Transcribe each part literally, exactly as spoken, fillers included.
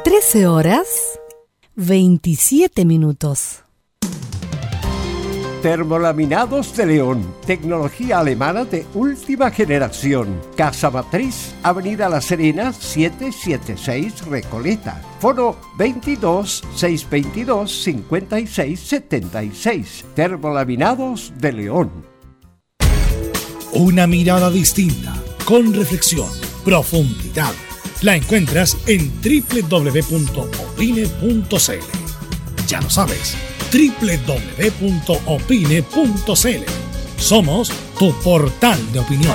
trece horas, veintisiete minutos. Termolaminados de León, tecnología alemana de última generación. Casa Matriz, Avenida La Serena, setecientos setenta y seis, Recoleta. Foro veintidós, seiscientos veintidós, cincuenta y seis setenta y seis. Termolaminados de León. Una mirada distinta, con reflexión, profundidad. La encuentras en doble u doble u doble u punto opine punto c l. Ya lo sabes, doble u doble u doble u punto opine punto c l. Somos tu portal de opinión.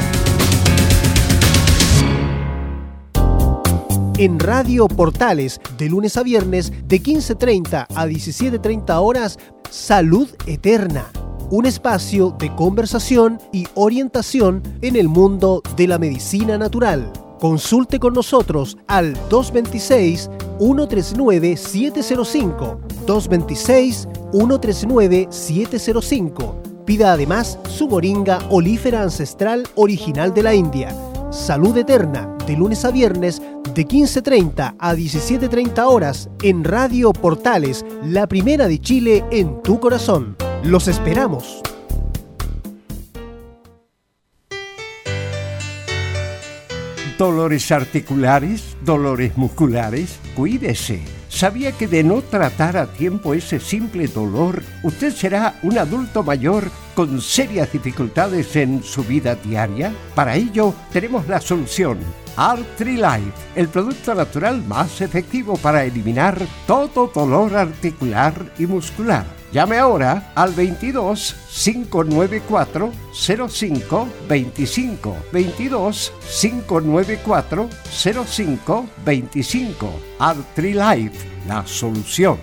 En Radio Portales, de lunes a viernes, de quince treinta a diecisiete treinta horas, Salud Eterna. Un espacio de conversación y orientación en el mundo de la medicina natural. Consulte con nosotros al dos dos seis, uno tres nueve, siete cero cinco, dos dos seis, uno tres nueve, siete cero cinco. Pida además su moringa olífera ancestral original de la India. Salud Eterna, de lunes a viernes, de quince treinta a diecisiete treinta horas, en Radio Portales, la primera de Chile en tu corazón. Los esperamos. Dolores articulares, dolores musculares, cuídese. ¿Sabía que de no tratar a tiempo ese simple dolor, usted será un adulto mayor con serias dificultades en su vida diaria? Para ello, tenemos la solución. Artrilife, el producto natural más efectivo para eliminar todo dolor articular y muscular. Llame ahora al veintidós, cinco nueve cuatro, cero cinco, veinticinco, veintidós, cinco nueve cuatro, cero cinco, veinticinco. Artrilife, la solución.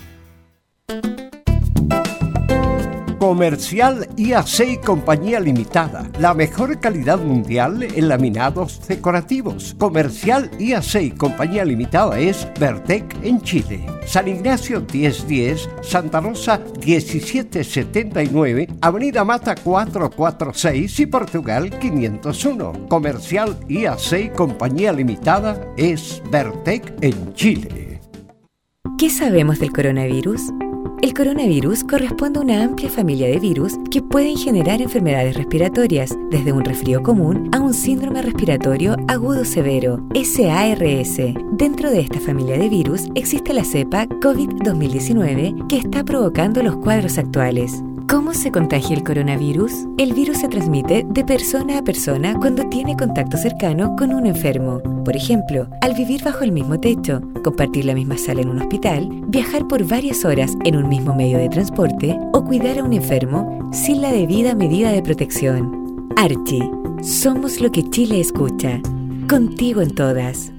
Comercial I A C y Compañía Limitada, la mejor calidad mundial en laminados decorativos. Comercial I A C y Compañía Limitada es Vertec en Chile. San Ignacio diez diez, Santa Rosa diecisiete setenta y nueve, Avenida Mata cuatrocientos cuarenta y seis y Portugal quinientos uno. Comercial I A C y Compañía Limitada es Vertec en Chile. ¿Qué sabemos del coronavirus? El coronavirus corresponde a una amplia familia de virus que pueden generar enfermedades respiratorias, desde un resfrío común a un síndrome respiratorio agudo severo, S A R S. Dentro de esta familia de virus existe la cepa COVID dos mil diecinueve que está provocando los cuadros actuales. ¿Cómo se contagia el coronavirus? El virus se transmite de persona a persona cuando tiene contacto cercano con un enfermo. Por ejemplo, al vivir bajo el mismo techo, compartir la misma sala en un hospital, viajar por varias horas en un mismo medio de transporte o cuidar a un enfermo sin la debida medida de protección. Archie, somos lo que Chile escucha. Contigo en todas.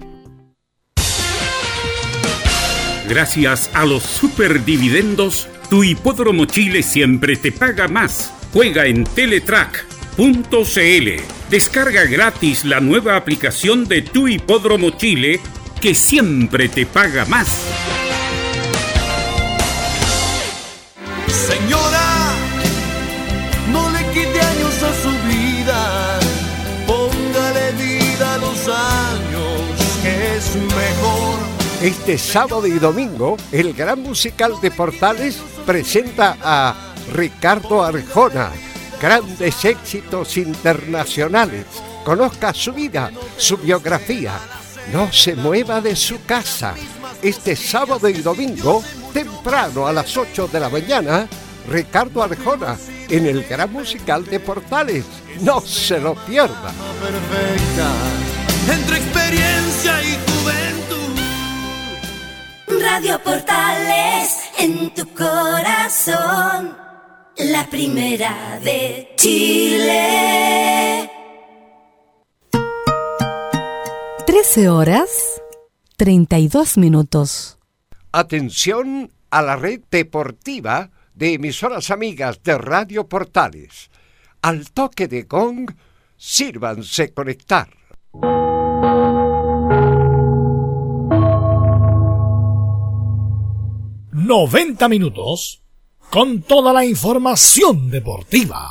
Gracias a los superdividendos, tu Hipódromo Chile siempre te paga más. Juega en teletrack punto c l. Descarga gratis la nueva aplicación de tu Hipódromo Chile, que siempre te paga más. Señora, no le quite años a su vida, póngale vida a los años, que es mejor. Este sábado y domingo, el Gran Musical de Portales presenta a Ricardo Arjona. Grandes éxitos internacionales. Conozca su vida, su biografía. No se mueva de su casa. Este sábado y domingo, temprano a las ocho de la mañana, Ricardo Arjona en el Gran Musical de Portales. No se lo pierda. Perfecta, entre experiencia y juventud. Radio Portales en tu corazón, la primera de Chile. trece horas, treinta y dos minutos. Atención a la red deportiva de emisoras amigas de Radio Portales. Al toque de gong, sírvanse conectar. noventa minutos con toda la información deportiva.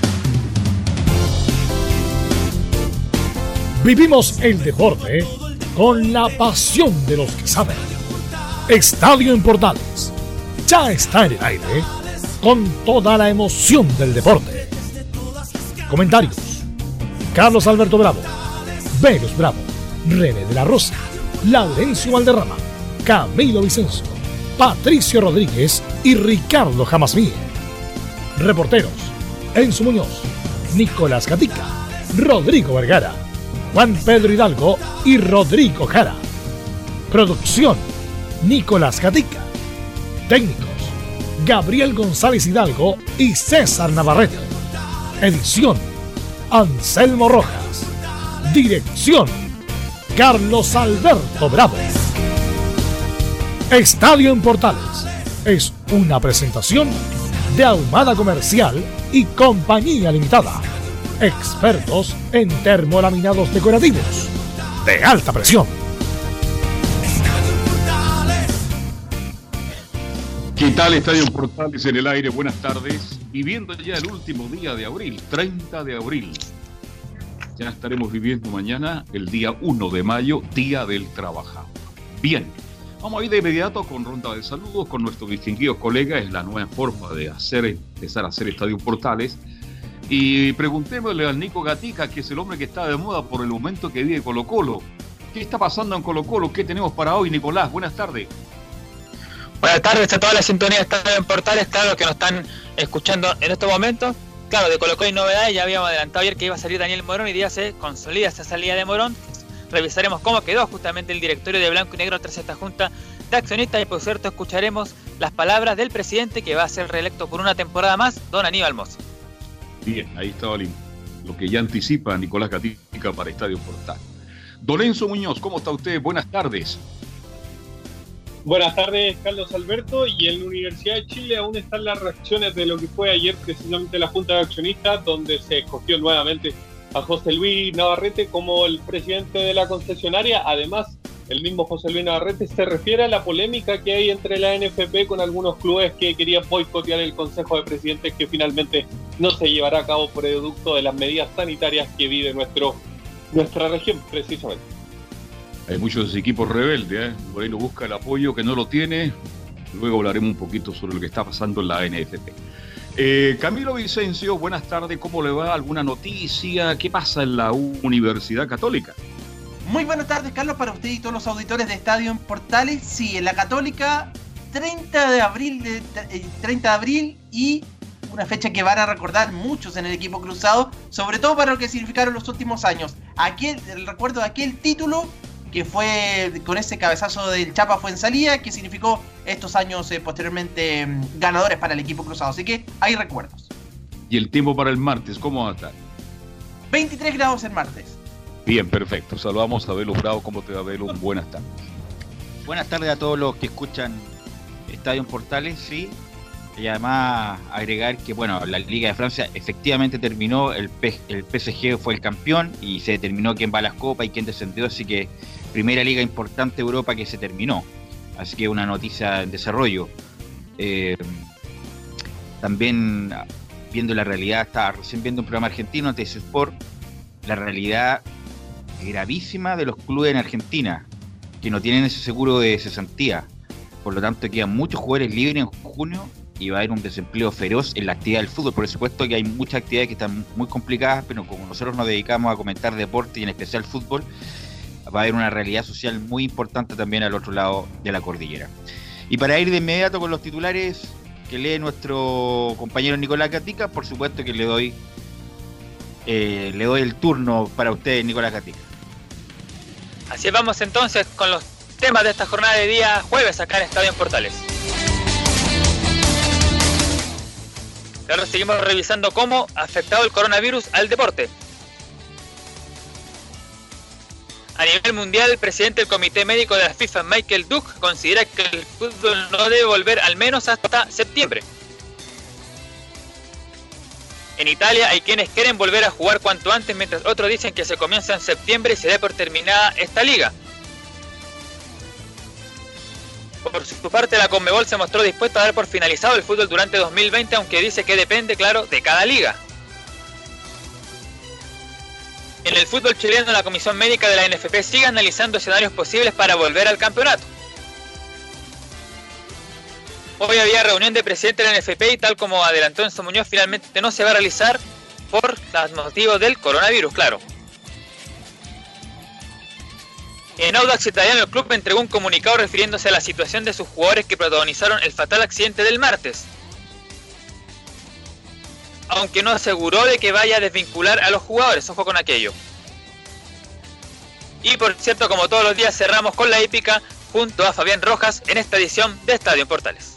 Vivimos el deporte con la pasión de los que saben. Estadio en Portales ya está en el aire con toda la emoción del deporte. Comentarios: Carlos Alberto Bravo, Venus Bravo, René de la Rosa, Laurencio Valderrama, Camilo Vicencio, Patricio Rodríguez y Ricardo Jamasmí. Reporteros: Enzo Muñoz, Nicolás Gatica, Rodrigo Vergara, Juan Pedro Hidalgo y Rodrigo Jara. Producción: Nicolás Gatica. Técnicos: Gabriel González Hidalgo y César Navarrete. Edición: Anselmo Rojas. Dirección: Carlos Alberto Bravo. Estadio en Portales es una presentación de Ahumada Comercial y Compañía Limitada. Expertos en termolaminados decorativos de alta presión. ¿Qué tal, Estadio Portales en el aire? Buenas tardes. Viviendo ya el último día de abril, treinta de abril. Ya estaremos viviendo mañana el día uno de mayo, Día del Trabajador. Bien, vamos a ir de inmediato con ronda de saludos con nuestros distinguidos colegas. Es la nueva forma de hacer, empezar a hacer Estadio Portales. Y preguntémosle al Nico Gatica, que es el hombre que está de moda por el momento que vive Colo Colo. ¿Qué está pasando en Colo Colo? ¿Qué tenemos para hoy, Nicolás? Buenas tardes. Buenas tardes a toda la sintonía de Estadio en Portales, claro, que nos están escuchando en estos momentos. Claro, de Colo Colo hay novedades, ya habíamos adelantado ayer que iba a salir Daniel Morón y día se consolida esa salida de Morón. Revisaremos cómo quedó justamente el directorio de Blanco y Negro tras esta junta de accionistas y por cierto escucharemos las palabras del presidente que va a ser reelecto por una temporada más, don Aníbal Mosi. Bien, ahí estaba lo que ya anticipa Nicolás Gatica para Estadio Portal. Don Enzo Muñoz, ¿cómo está usted? Buenas tardes. Buenas tardes, Carlos Alberto. Y en la Universidad de Chile aún están las reacciones de lo que fue ayer precisamente la Junta de Accionistas, donde se escogió nuevamente a José Luis Navarrete como el presidente de la concesionaria. Además, el mismo José Luis Navarrete se refiere a la polémica que hay entre la N F P con algunos clubes que querían boicotear el Consejo de Presidentes, que finalmente no se llevará a cabo por producto de las medidas sanitarias que vive nuestro, nuestra región, precisamente. Hay muchos equipos rebeldes, ¿eh? Por ahí lo busca el apoyo que no lo tiene. Luego hablaremos un poquito sobre lo que está pasando en la N F P. Eh, Camilo Vicencio, buenas tardes. ¿Cómo le va? ¿Alguna noticia? ¿Qué pasa en la Universidad Católica? Muy buenas tardes, Carlos, para usted y todos los auditores de Estadio en Portales. Sí, en la Católica, treinta de abril, de, treinta de abril y una fecha que van a recordar muchos en el equipo cruzado, sobre todo para lo que significaron los últimos años. Aquel, el recuerdo de aquel título que fue con ese cabezazo del Chapa Fuenzalía, que significó estos años eh, posteriormente eh, ganadores para el equipo cruzado. Así que hay recuerdos. ¿Y el tiempo para el martes cómo va a estar? veintitrés grados el martes. Bien, perfecto. Saludamos a Velo Bravo. ¿Cómo te va, Velo? Buenas tardes. Buenas tardes a todos los que escuchan Estadio en Portales, sí. Y además agregar que, bueno, la Liga de Francia efectivamente terminó, el, P- el P S G fue el campeón y se determinó quién va a las copas y quién descendió, así que primera liga importante de Europa que se terminó. Así que una noticia en desarrollo. Eh, también viendo la realidad, estaba recién viendo un programa argentino, T C Sport, la realidad gravísima de los clubes en Argentina, que no tienen ese seguro de cesantía. Por lo tanto, quedan muchos jugadores libres en junio y va a haber un desempleo feroz en la actividad del fútbol. Por supuesto que hay muchas actividades que están muy complicadas, pero como nosotros nos dedicamos a comentar deporte y en especial fútbol, va a haber una realidad social muy importante también al otro lado de la cordillera. Y para ir de inmediato con los titulares que lee nuestro compañero Nicolás Gatica, por supuesto que le doy eh, le doy el turno para ustedes, Nicolás Gatica. Así vamos entonces con los temas de esta jornada de día jueves acá en Estadio en Portales. Ahora seguimos revisando cómo ha afectado el coronavirus al deporte. A nivel mundial, el presidente del Comité Médico de la FIFA, Michael Duke, considera que el fútbol no debe volver al menos hasta septiembre. En Italia hay quienes quieren volver a jugar cuanto antes, mientras otros dicen que se comienza en septiembre y se dé por terminada esta liga. Por su parte, la Conmebol se mostró dispuesta a dar por finalizado el fútbol durante dos mil veinte, aunque dice que depende, claro, de cada liga. En en el fútbol chileno, la Comisión Médica de la N F P sigue analizando escenarios posibles para volver al campeonato. Hoy había reunión de presidente de la N F P y, tal como adelantó Enzo Muñoz, finalmente no se va a realizar por los motivos del coronavirus, claro. En Audax Italiano, el club entregó un comunicado refiriéndose a la situación de sus jugadores que protagonizaron el fatal accidente del martes, aunque no aseguró de que vaya a desvincular a los jugadores. Ojo con aquello. Y por cierto, como todos los días, cerramos con la hípica junto a Fabián Rojas en esta edición de Estadio en Portales.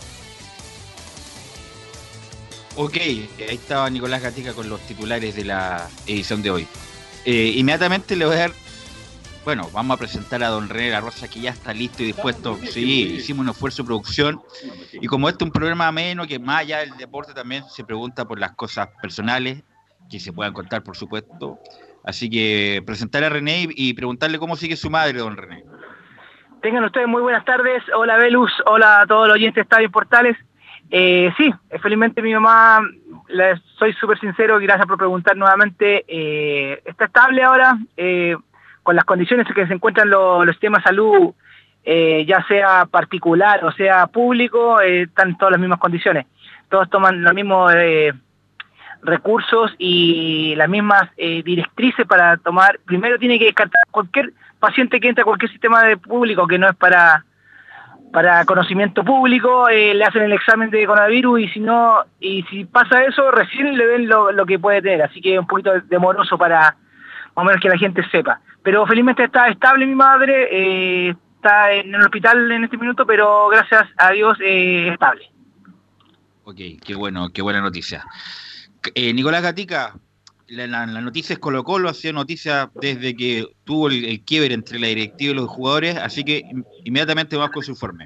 Ok, ahí estaba Nicolás Gatica con los titulares de la edición de hoy. Eh, inmediatamente le voy a dar, bueno, vamos a presentar a don René La Rosa, que ya está listo y dispuesto. Sí, hicimos un esfuerzo de producción, y como este es un programa ameno, que más allá del deporte también se pregunta por las cosas personales, que se puedan contar, por supuesto. Así que presentar a René y, y preguntarle cómo sigue su madre, don René. Tengan ustedes muy buenas tardes. Hola Velus, hola a todos los oyentes de Estadio en Portales. Eh, sí, felizmente mi mamá, les soy súper sincero, gracias por preguntar nuevamente, eh, está estable ahora, eh, con las condiciones en que se encuentran los, los sistemas de salud, eh, ya sea particular o sea público, eh, están en todas las mismas condiciones. Todos toman los mismos eh, recursos y las mismas eh, directrices para tomar. Primero tiene que descartar cualquier paciente que entra a cualquier sistema de público que no es para... para conocimiento público, eh, le hacen el examen de coronavirus y si no, y si pasa eso, recién le ven lo, lo que puede tener, así que es un poquito demoroso para más o menos que la gente sepa. Pero felizmente está estable mi madre, eh, está en el hospital en este minuto, pero gracias a Dios eh, estable. Ok, qué bueno, qué buena noticia. Eh, Nicolás Gatica, la, la, la noticia es Colo Colo, ha sido noticia desde que tuvo el, el quiebre entre la directiva y los jugadores, así que inmediatamente vamos con su informe.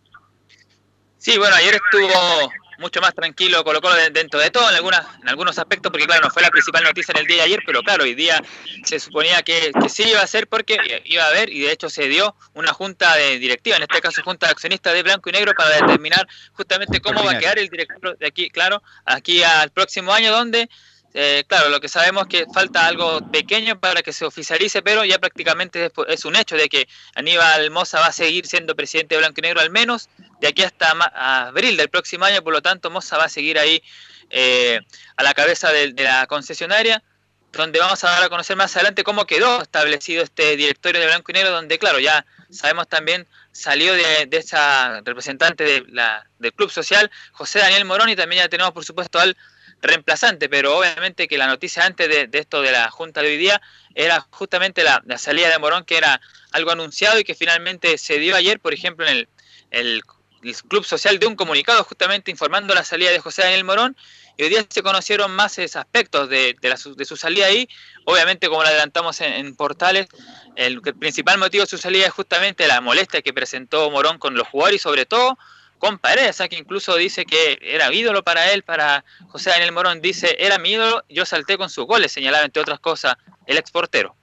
Sí, bueno, ayer estuvo mucho más tranquilo Colo Colo dentro de todo, en, algunas, en algunos aspectos, porque claro, no fue la principal noticia en el día de ayer, pero claro, hoy día se suponía que, que sí iba a ser, porque iba a haber, y de hecho se dio una junta de directiva, en este caso junta de accionistas de Blanco y Negro, para determinar justamente cómo va a quedar el director de aquí, claro, aquí al próximo año, donde... Eh, claro, lo que sabemos es que falta algo pequeño para que se oficialice, pero ya prácticamente es, es un hecho de que Aníbal Mosa va a seguir siendo presidente de Blanco y Negro al menos de aquí hasta abril del próximo año, por lo tanto Mosa va a seguir ahí eh, a la cabeza de, de la concesionaria, donde vamos a dar a conocer más adelante cómo quedó establecido este directorio de Blanco y Negro, donde claro, ya sabemos también salió de, de esa representante de la, del Club Social, José Daniel Morón, y también ya tenemos por supuesto al reemplazante, pero obviamente que la noticia antes de, de esto de la Junta de hoy día era justamente la, la salida de Morón, que era algo anunciado y que finalmente se dio ayer, por ejemplo, en el, el, el Club Social de un comunicado justamente informando la salida de José Daniel Morón, y hoy día se conocieron más esos aspectos de, de, la, de su salida ahí. Obviamente, como lo adelantamos en, en Portales, el, el principal motivo de su salida es justamente la molestia que presentó Morón con los jugadores y sobre todo con Paredes, que incluso dice que era ídolo para él, para José Daniel Morón, dice, era mi ídolo, yo salté con sus goles, señalaba entre otras cosas el exportero.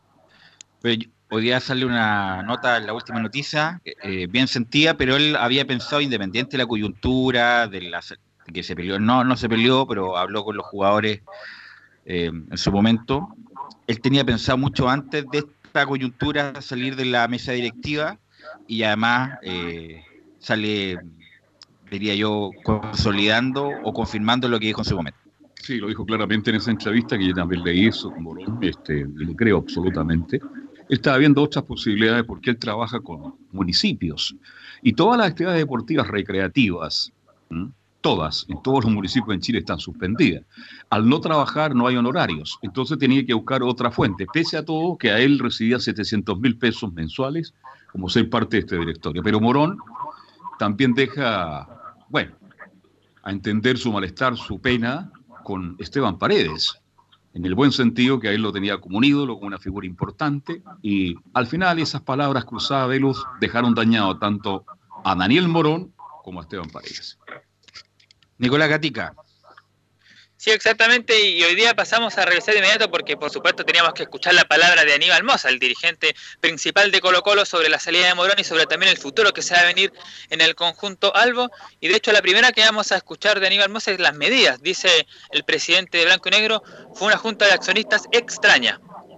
Hoy día sale una nota en la última noticia, eh, bien sentida, pero él había pensado, independiente de la coyuntura, de, la, de que se peleó, no, no se peleó, pero habló con los jugadores eh, en su momento. Él tenía pensado mucho antes de esta coyuntura salir de la mesa directiva y además... Eh, sale, diría yo, consolidando o confirmando lo que dijo en su momento. Sí, lo dijo claramente en esa entrevista, que yo también leí eso con Morón, este, le creo absolutamente. Él estaba viendo otras posibilidades porque él trabaja con municipios y todas las actividades deportivas recreativas, ¿m? todas, en todos los municipios en Chile están suspendidas. Al no trabajar no hay honorarios, entonces tenía que buscar otra fuente, pese a todo que a él recibía setecientos mil pesos mensuales como ser parte de este directorio. Pero Morón también deja, bueno, a entender su malestar, su pena con Esteban Paredes, en el buen sentido que a él lo tenía como un ídolo, como una figura importante, y al final esas palabras cruzadas de luz dejaron dañado tanto a Daniel Morón como a Esteban Paredes. Nicolás Gatica. Sí, exactamente, y hoy día pasamos a regresar de inmediato porque por supuesto teníamos que escuchar la palabra de Aníbal Mosa, el dirigente principal de Colo Colo, sobre la salida de Morón y sobre también el futuro que se va a venir en el conjunto albo. Y de hecho la primera que vamos a escuchar de Aníbal Mosa es las medidas. Dice el presidente de Blanco y Negro, fue una junta de accionistas extraña.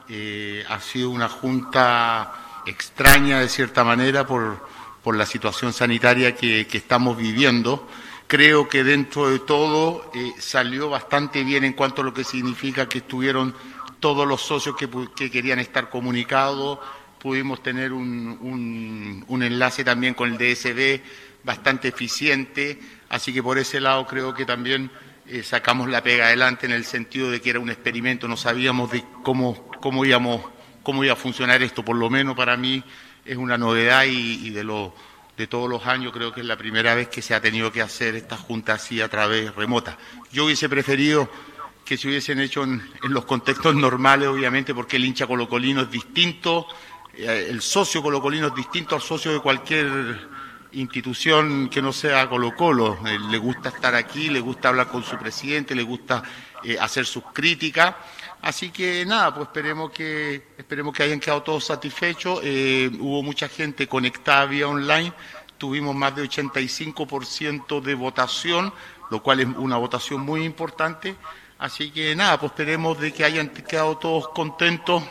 Eh, ha sido una junta extraña de cierta manera por, por la situación sanitaria que, que estamos viviendo. Creo que dentro de todo eh, salió bastante bien en cuanto a lo que significa que estuvieron todos los socios que, que querían estar comunicados. Pudimos tener un, un, un enlace también con el D S B bastante eficiente, así que por ese lado creo que también eh, sacamos la pega adelante en el sentido de que era un experimento, no sabíamos de cómo, cómo, íbamos, cómo iba a funcionar esto, por lo menos para mí es una novedad y, y de, lo, de todos los años creo que es la primera vez que se ha tenido que hacer esta junta así a través remota. Yo hubiese preferido que se hubiesen hecho en, en los contextos normales, obviamente, porque el hincha colocolino es distinto, eh, el socio colocolino es distinto al socio de cualquier institución que no sea Colo Colo. Eh, le gusta estar aquí, le gusta hablar con su presidente, le gusta eh, hacer sus críticas. Así que nada, pues esperemos que esperemos que hayan quedado todos satisfechos. Eh, hubo mucha gente conectada vía online, tuvimos más de ochenta y cinco por ciento de votación, lo cual es una votación muy importante. Así que nada, pues esperemos de que hayan quedado todos contentos.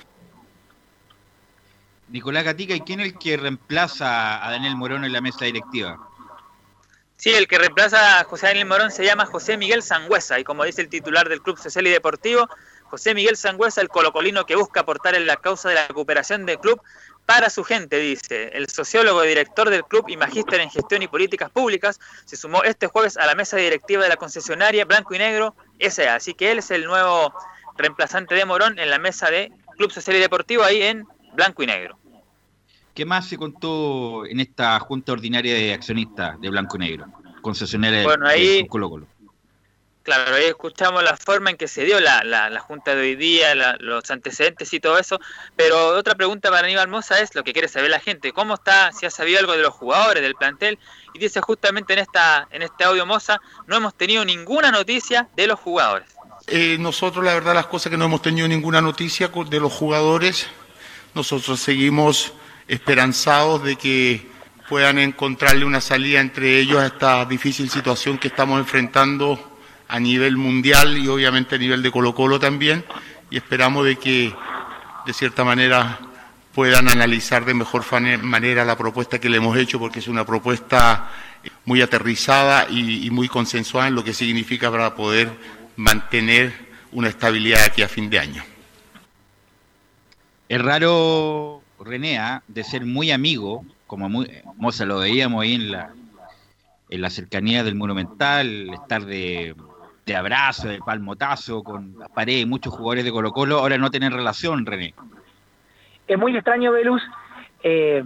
Nicolás Gatica, ¿y quién es el que reemplaza a Daniel Morón en la mesa directiva? Sí, el que reemplaza a José Daniel Morón se llama José Miguel Sangüesa, y como dice el titular del Club Social y Deportivo, José Miguel Sangüesa, el colocolino que busca aportar en la causa de la recuperación del club para su gente, dice. El sociólogo y director del club y magíster en gestión y políticas públicas se sumó este jueves a la mesa directiva de la concesionaria Blanco y Negro S A, así que él es el nuevo reemplazante de Morón en la mesa de Club Social y Deportivo ahí en Blanco y Negro. ¿Qué más se contó en esta junta ordinaria de accionistas de Blanco y Negro, concesionaria bueno, de, de Colo Colo? Claro, ahí escuchamos la forma en que se dio la, la, la junta de hoy día, la, los antecedentes y todo eso, pero otra pregunta para Aníbal Mosa es lo que quiere saber la gente, ¿cómo está, si ha sabido algo de los jugadores, del plantel? Y dice justamente en esta en este audio Mosa, no hemos tenido ninguna noticia de los jugadores. Eh, nosotros la verdad las cosas que no hemos tenido ninguna noticia de los jugadores, nosotros seguimos esperanzados de que puedan encontrarle una salida entre ellos a esta difícil situación que estamos enfrentando a nivel mundial y obviamente a nivel de Colo Colo también, y esperamos de que de cierta manera puedan analizar de mejor manera la propuesta que le hemos hecho, porque es una propuesta muy aterrizada y, y muy consensuada en lo que significa para poder mantener una estabilidad aquí a fin de año. Es raro, René, ¿eh? de ser muy amigo, como muy, Moza lo veíamos ahí en la en la cercanía del Monumental, estar de, de abrazo, de palmotazo con las paredes, muchos jugadores de Colo Colo, ahora no tienen relación, René. Es muy extraño, Velus, eh,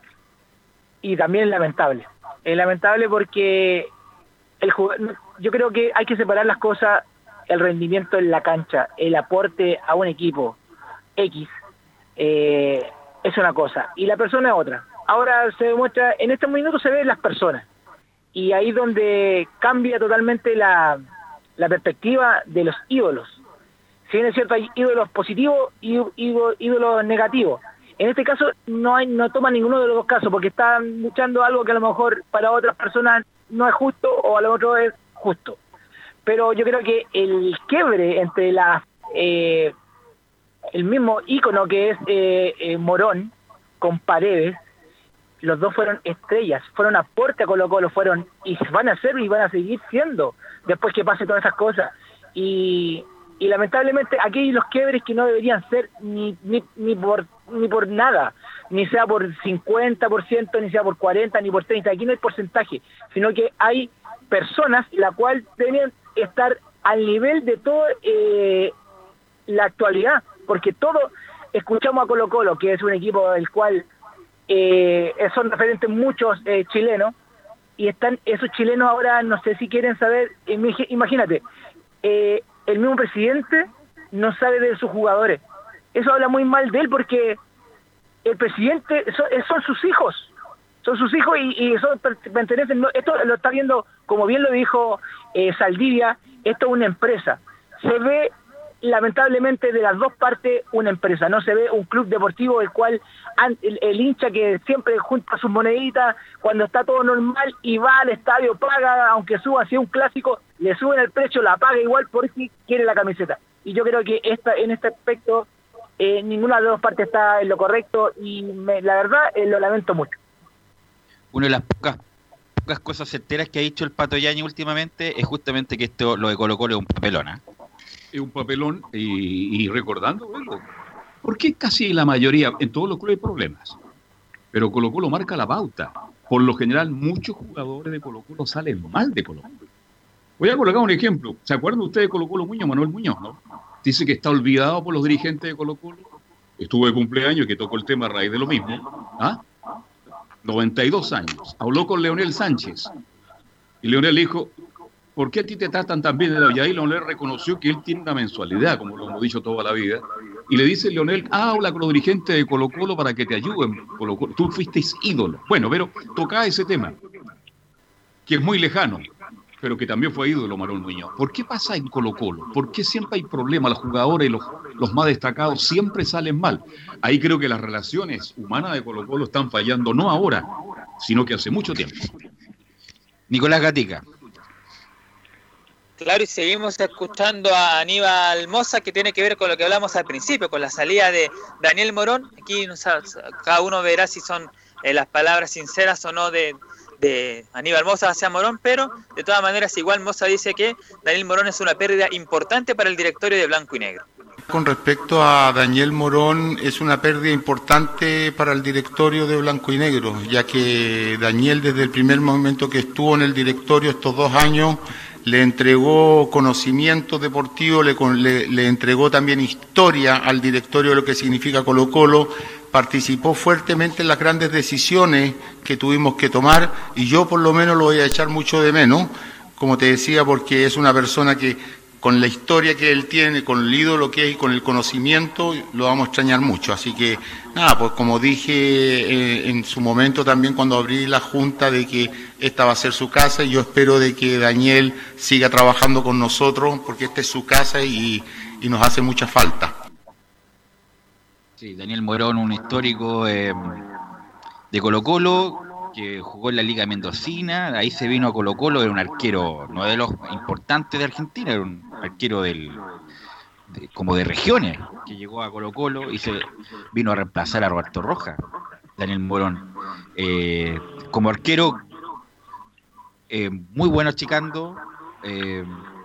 y también lamentable. Es lamentable porque el jugador, yo creo que hay que separar las cosas, el rendimiento en la cancha, el aporte a un equipo X, eh, es una cosa, y la persona es otra. Ahora se demuestra, en este minuto se ven las personas, y ahí es donde cambia totalmente la, la perspectiva de los ídolos. Si bien es cierto, hay ídolos positivos y ídolos negativos. En este caso no hay, no toma ninguno de los dos casos, porque están luchando algo que a lo mejor para otras personas no es justo, o a lo mejor es justo. Pero yo creo que el quiebre entre las eh, el mismo ícono que es eh, eh, Morón con Paredes, los dos fueron estrellas, fueron aporte a Colo Colo, fueron y van a ser y van a seguir siendo después que pase todas esas cosas. Y, y lamentablemente aquí hay los quiebres que no deberían ser ni, ni, ni por ni por nada, ni sea por cincuenta por ciento, ni sea por cuarenta, ni por treinta, aquí no hay porcentaje, sino que hay personas la cual deberían estar al nivel de toda eh, la actualidad, porque todos escuchamos a Colo Colo, que es un equipo del cual eh, son referentes muchos eh, chilenos, y están esos chilenos ahora, no sé si quieren saber, imagínate, eh, el mismo presidente no sabe de sus jugadores. Eso habla muy mal de él, porque el presidente son, son sus hijos, son sus hijos y, y son, pertenecen, esto lo está viendo, como bien lo dijo eh, Saldivia, esto es una empresa. Se ve lamentablemente de las dos partes una empresa, no se ve un club deportivo el cual el, el hincha que siempre junta sus moneditas cuando está todo normal y va al estadio, paga, aunque suba así un clásico, le suben el precio, la paga igual porque quiere la camiseta. Y yo creo que esta, en este aspecto eh, ninguna de las dos partes está en lo correcto y me, la verdad eh, lo lamento mucho. Una de las pocas, pocas cosas certeras que ha dicho el Pato Yañez últimamente es justamente que esto, lo de Colo Colo es un papelón, ¿eh? Es un papelón y, y recordando, bueno, porque casi la mayoría, en todos los clubes hay problemas, pero Colo Colo marca la pauta. Por lo general, muchos jugadores de Colo Colo salen mal de Colo Colo. Voy a colocar un ejemplo. ¿Se acuerdan ustedes de Colo Colo Muñoz, Manuel Muñoz, no? Dice que está olvidado por los dirigentes de Colo Colo. Estuvo de cumpleaños y que tocó el tema a raíz de lo mismo. ¿Ah? noventa y dos años. Habló con Leonel Sánchez. Y Leonel le dijo, ¿por qué a ti te tratan tan bien? Y ahí Leonel reconoció que él tiene una mensualidad, como lo hemos dicho toda la vida. Y le dice Leonel, ah, habla con los dirigentes de Colo Colo para que te ayuden. Colo Colo. Tú fuiste ídolo. Bueno, pero toca ese tema, que es muy lejano, pero que también fue ídolo Manuel Muñoz. ¿Por qué pasa en Colo Colo? ¿Por qué siempre hay problemas? Los jugadores, los, los más destacados, siempre salen mal. Ahí creo que las relaciones humanas de Colo Colo están fallando, no ahora, sino que hace mucho tiempo. Nicolás Gatica. Claro, y seguimos escuchando a Aníbal Mosa, que tiene que ver con lo que hablamos al principio, con la salida de Daniel Morón. Aquí no sabe, cada uno verá si son eh, las palabras sinceras o no de, de Aníbal Mosa hacia Morón, pero de todas maneras igual Mosa dice que Daniel Morón es una pérdida importante para el directorio de Blanco y Negro. Con respecto a Daniel Morón, es una pérdida importante para el directorio de Blanco y Negro, ya que Daniel desde el primer momento que estuvo en el directorio estos dos años le entregó conocimiento deportivo, le, le, le entregó también historia al directorio de lo que significa Colo Colo, participó fuertemente en las grandes decisiones que tuvimos que tomar y yo por lo menos lo voy a echar mucho de menos, como te decía, porque es una persona que con la historia que él tiene, con el ídolo que es y con el conocimiento, lo vamos a extrañar mucho. Así que, nada, pues como dije eh, en su momento también cuando abrí la junta de que esta va a ser su casa, y yo espero de que Daniel siga trabajando con nosotros, porque esta es su casa y, y nos hace mucha falta. Sí, Daniel Morón, un histórico eh, de Colo Colo, que jugó en la Liga Mendocina, ahí se vino a Colo Colo, era un arquero, no de los importantes de Argentina, era un arquero del de, como de regiones, que llegó a Colo Colo y se vino a reemplazar a Roberto Rojas, Daniel Morón. Eh, como arquero, eh, muy bueno achicando, eh,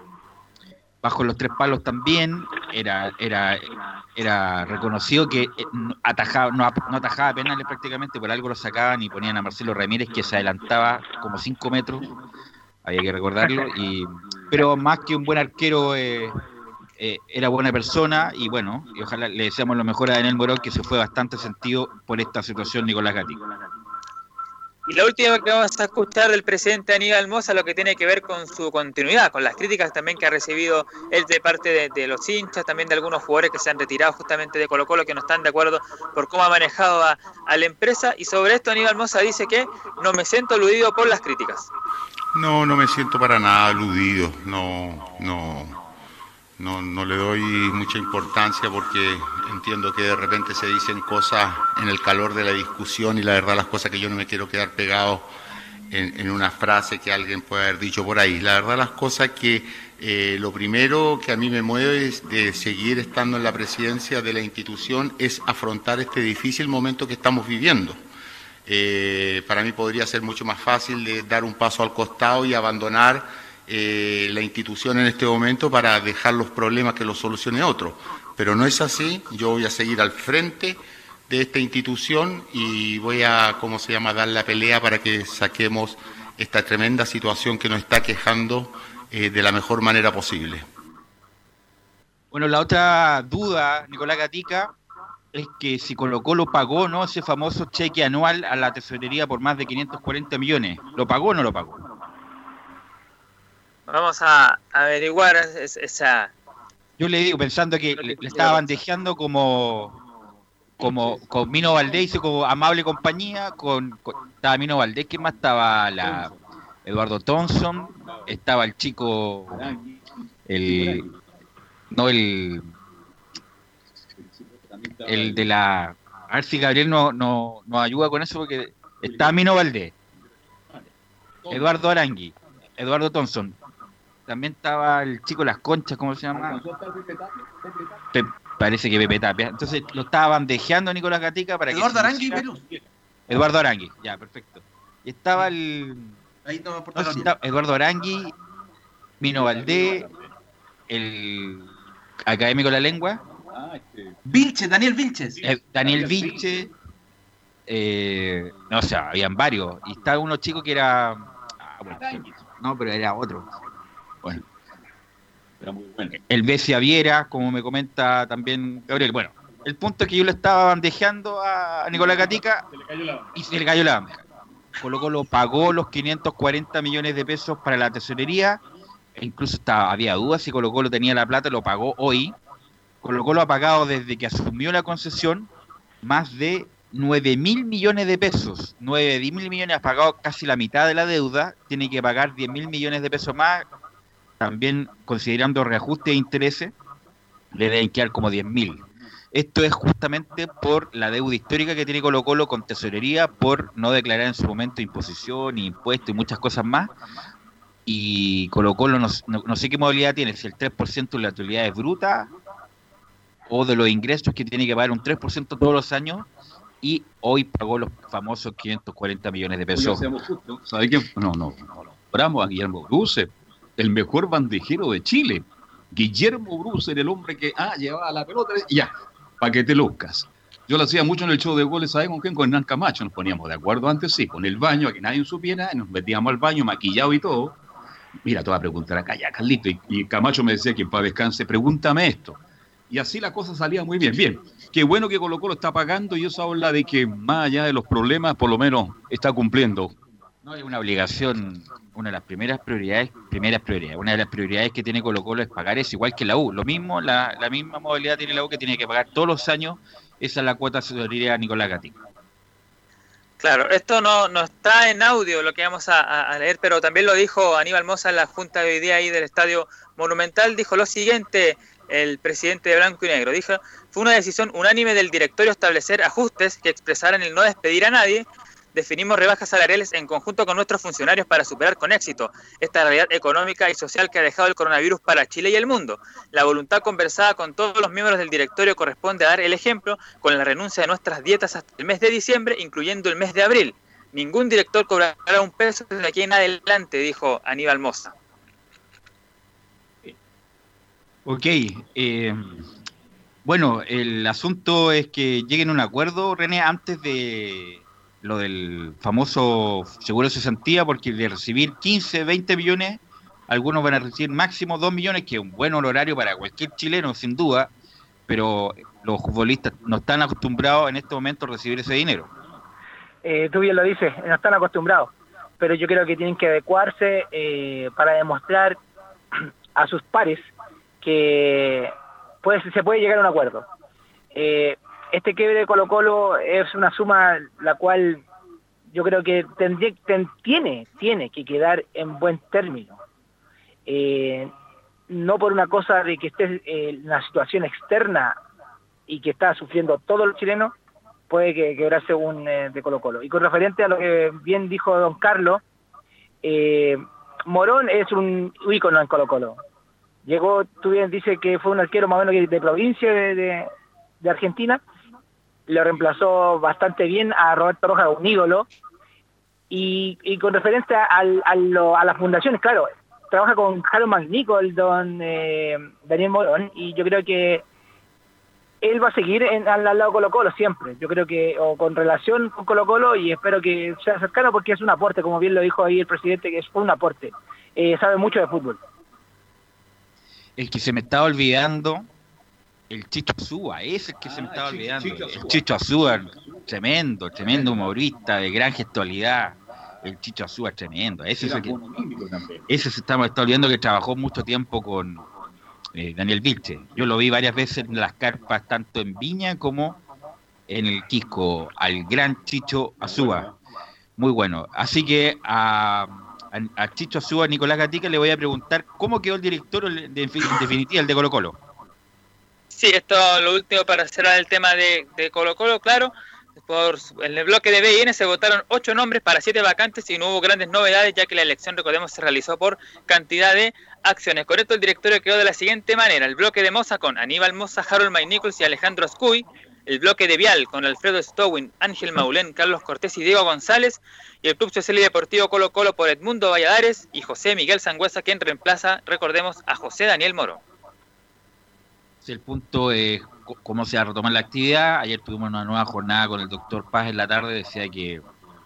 bajo los tres palos también, era era era reconocido que atajaba, no, no atajaba penales prácticamente, por algo lo sacaban y ponían a Marcelo Ramírez, que se adelantaba como cinco metros, había que recordarlo, y pero más que un buen arquero, eh, eh, era buena persona, y bueno, y ojalá le deseamos lo mejor a Daniel Morón, que se fue bastante sentido por esta situación Nicolás Gatti. Y la última que vamos a escuchar del presidente Aníbal Mosa, lo que tiene que ver con su continuidad, con las críticas también que ha recibido él de parte de, de los hinchas, también de algunos jugadores que se han retirado justamente de Colo Colo, que no están de acuerdo por cómo ha manejado a, a la empresa. Y sobre esto Aníbal Mosa dice que no me siento aludido por las críticas. No, no me siento para nada aludido, no, no... No, no le doy mucha importancia porque entiendo que de repente se dicen cosas en el calor de la discusión y la verdad las cosas que yo no me quiero quedar pegado en, en una frase que alguien puede haber dicho por ahí. La verdad las cosas que eh, lo primero que a mí me mueve es de seguir estando en la presidencia de la institución es afrontar este difícil momento que estamos viviendo. Eh, para mí podría ser mucho más fácil de dar un paso al costado y abandonar Eh, la institución en este momento para dejar los problemas que los solucione otro, pero no es así. Yo voy a seguir al frente de esta institución y voy a, ¿cómo se llama?, dar la pelea para que saquemos esta tremenda situación que nos está quejando eh, de la mejor manera posible. Bueno, la otra duda, Nicolás Gatica, es que si Colo Colo pagó, ¿no?, ese famoso cheque anual a la tesorería por más de quinientos cuarenta millones. ¿Lo pagó o no lo pagó? Vamos a averiguar esa... Yo le digo, pensando que le, le estaba bandejeando como como con Mino Valdés, como amable compañía, con, con estaba Mino Valdés, ¿qué más estaba? La Eduardo Thompson, estaba el chico, el no el el de la... A ver si Gabriel nos no, no ayuda con eso, porque estaba Mino Valdés, Eduardo Arangui, Eduardo Thompson. También estaba el chico Las Conchas, ¿cómo se llama? Pe, parece que Pepe Tapia. Entonces lo estaba bandejeando a Nicolás Gatica para Eduardo que... Arangui y Velus. Eduardo Arangui, ya, perfecto. Y estaba el... Ahí no me aporta no, si estaba Eduardo Arangui, Mino Valdés, el académico de la lengua. Ah, este... Vilches, Daniel Vilches. Eh, Daniel Vilches. Eh, no, o sea, habían varios. Y estaba uno chico que era... Ah, bueno, no, pero era otro. Bueno. Era muy bueno. El Bessia Viera, como me comenta también Gabriel. Bueno, el punto es que yo lo estaba bandejeando a Nicolás Gatica y se le cayó la bandeja. Colo Colo pagó los quinientos cuarenta millones de pesos para la tesorería, e incluso estaba, había dudas si Colo Colo tenía la plata, lo pagó hoy. Colo Colo ha pagado desde que asumió la concesión más de nueve mil millones de pesos. nueve mil millones, ha pagado casi la mitad de la deuda, tiene que pagar diez mil millones de pesos más, también considerando reajuste e intereses, le deben quedar como diez mil. Esto es justamente por la deuda histórica que tiene Colo Colo con tesorería, por no declarar en su momento imposición, impuestos y muchas cosas más. Y Colo Colo no, no, no sé qué modalidad tiene, si el tres por ciento de la utilidad es bruta o de los ingresos que tiene que pagar un tres por ciento todos los años, y hoy pagó los famosos quinientos cuarenta millones de pesos. ¿Sabe quién? No, no, no, nombramos a Guillermo Bruce, el mejor bandejero de Chile. Guillermo Bruce era el hombre que ah, llevaba la pelota y ya, para que te luzcas. Yo lo hacía mucho en el show de goles, ¿sabes con quién? Con Hernán Camacho, nos poníamos de acuerdo antes, sí, con el baño, a que nadie supiera, nos metíamos al baño, maquillado y todo. Mira, te voy a preguntar acá ya, Carlito, y, y Camacho me decía que para descanse, pregúntame esto. Y así la cosa salía muy bien. Bien, qué bueno que Colo Colo está pagando, y eso habla de que más allá de los problemas, por lo menos está cumpliendo. No, es una obligación, una de las primeras prioridades, primeras prioridades, una de las prioridades que tiene Colo Colo es pagar eso, igual que la U. Lo mismo, la, la misma modalidad tiene la U, que tiene que pagar todos los años. Esa es la cuota tesorería a Nicolás Gatica. Claro, esto no, no está en audio lo que vamos a, a leer, pero también lo dijo Aníbal Mosa en la junta de hoy día ahí del Estadio Monumental. Dijo lo siguiente el presidente de Blanco y Negro. Dijo: fue una decisión unánime del directorio establecer ajustes que expresaran el no despedir a nadie. Definimos rebajas salariales en conjunto con nuestros funcionarios para superar con éxito esta realidad económica y social que ha dejado el coronavirus para Chile y el mundo. La voluntad conversada con todos los miembros del directorio corresponde a dar el ejemplo con la renuncia de nuestras dietas hasta el mes de diciembre, incluyendo el mes de abril. Ningún director cobrará un peso de aquí en adelante, dijo Aníbal Mosa. Ok, eh, bueno, el asunto es que lleguen a un acuerdo, René, antes de lo del famoso seguro de cesantía, porque de recibir quince, veinte millones, algunos van a recibir máximo dos millones, que es un buen honorario para cualquier chileno, sin duda, pero los futbolistas no están acostumbrados en este momento a recibir ese dinero. Eh, tú bien lo dices, no están acostumbrados, pero yo creo que tienen que adecuarse eh, para demostrar a sus pares que pues, se puede llegar a un acuerdo. Eh, Este quiebre de Colo Colo es una suma la cual yo creo que tendría, ten, tiene, tiene que quedar en buen término. Eh, no por una cosa de que esté eh, una situación externa y que está sufriendo todos los chilenos, puede que quebrarse un eh, de Colo Colo. Y con referente a lo que bien dijo don Carlos, eh, Morón es un ícono en Colo Colo. Llegó, tú bien dices que fue un arquero más o menos de provincia de, de, de Argentina. Lo reemplazó bastante bien a Roberto Rojas, un ídolo. Y, y con referencia al, a, lo, a las fundaciones, claro, trabaja con Harold McNichol, don eh, Daniel Morón, y yo creo que él va a seguir en, al, al lado de Colo Colo siempre. Yo creo que, o con relación con Colo Colo, y espero que sea cercano porque es un aporte, como bien lo dijo ahí el presidente, que es un aporte. Eh, sabe mucho de fútbol. El que se me estaba olvidando, el Chicho Azúa, ese es el que ah, se me estaba Chicho, olvidando. Chicho el Chicho Azúa, tremendo, tremendo humorista, de gran gestualidad. El Chicho Azúa, tremendo. Ese, es el que, ese se está, me está olvidando que trabajó mucho tiempo con eh, Daniel Vilche. Yo lo vi varias veces en las carpas, tanto en Viña como en el Quisco, al gran Chicho Azúa. Muy bueno. Así que a, a, a Chicho Azúa, Nicolás Gatica, le voy a preguntar cómo quedó el director de, de, en definitiva, el de Colo Colo. Sí, esto lo último para cerrar el tema de, de Colo Colo, claro. Por, en el bloque de B y N se votaron ocho nombres para siete vacantes y no hubo grandes novedades, ya que la elección, recordemos, se realizó por cantidad de acciones. Con esto el directorio quedó de la siguiente manera: el bloque de Moza con Aníbal Moza, Harold May Nichols y Alejandro Ascuy; el bloque de Vial con Alfredo Stowin, Ángel Maulén, Carlos Cortés y Diego González; y el Club Social y Deportivo Colo Colo por Edmundo Valladares y José Miguel Sangüesa, quien reemplaza, recordemos, a José Daniel Moro. El punto es cómo se va a retomar la actividad. Ayer tuvimos una nueva jornada con el doctor Paz en la tarde, decía que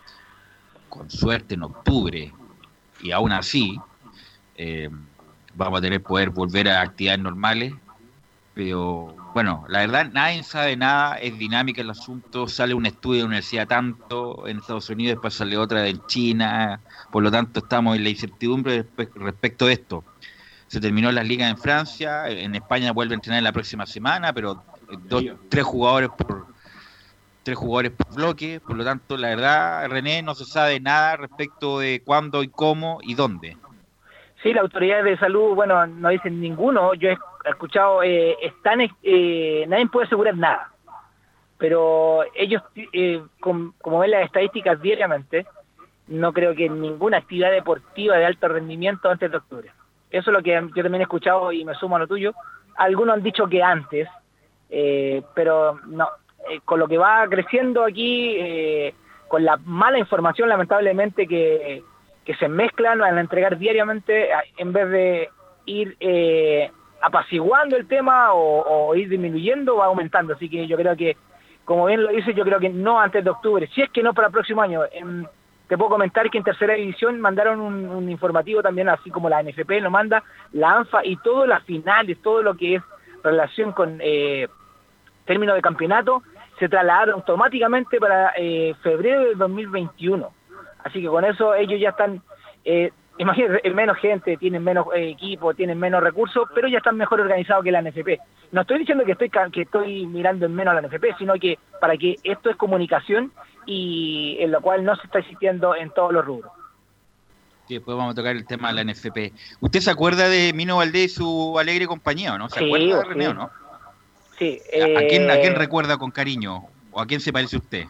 con suerte en octubre, y aún así eh, vamos a tener poder volver a actividades normales, pero bueno, la verdad nadie sabe nada, es dinámica el asunto, sale un estudio de la universidad tanto en Estados Unidos, después sale otra en China, por lo tanto estamos en la incertidumbre respecto de esto. Se terminó las ligas en Francia, en España vuelve a entrenar la próxima semana, pero dos, tres jugadores por tres jugadores por bloque, por lo tanto, la verdad, René, no se sabe nada respecto de cuándo y cómo y dónde. Sí, las autoridades de salud, bueno, no dicen ninguno. Yo he escuchado, eh, están, eh, nadie puede asegurar nada, pero ellos, eh, com, como ven las estadísticas diariamente, no creo que ninguna actividad deportiva de alto rendimiento antes de octubre. Eso es lo que yo también he escuchado y me sumo a lo tuyo. Algunos han dicho que antes, eh, pero no. Eh, con lo que va creciendo aquí, eh, con la mala información lamentablemente que, que se mezclan a entregar diariamente, en vez de ir eh, apaciguando el tema o, o ir disminuyendo, va aumentando. Así que yo creo que, como bien lo dice, yo creo que no antes de octubre, si es que no para el próximo año. En, Te puedo comentar que en tercera división mandaron un, un informativo también, así como la N F P lo manda, la ANFA y todas las finales, todo lo que es relación con eh, término de campeonato, se trasladaron automáticamente para eh, febrero del dos mil veintiuno. Así que con eso ellos ya están, eh, imagínense, menos gente, tienen menos eh, equipo, tienen menos recursos, pero ya están mejor organizados que la N F P. No estoy diciendo que estoy que estoy mirando en menos a la N F P, sino que para que esto es comunicación y en lo cual no se está existiendo en todos los rubros. Sí, después vamos a tocar el tema de la N F P. ¿Usted se acuerda de Mino Valdés y su alegre compañía, no? ¿Se sí, acuerda de sí. René, o no? Sí. Eh... ¿A, quién, ¿A quién eh, recuerda con cariño? ¿O a quién se parece usted?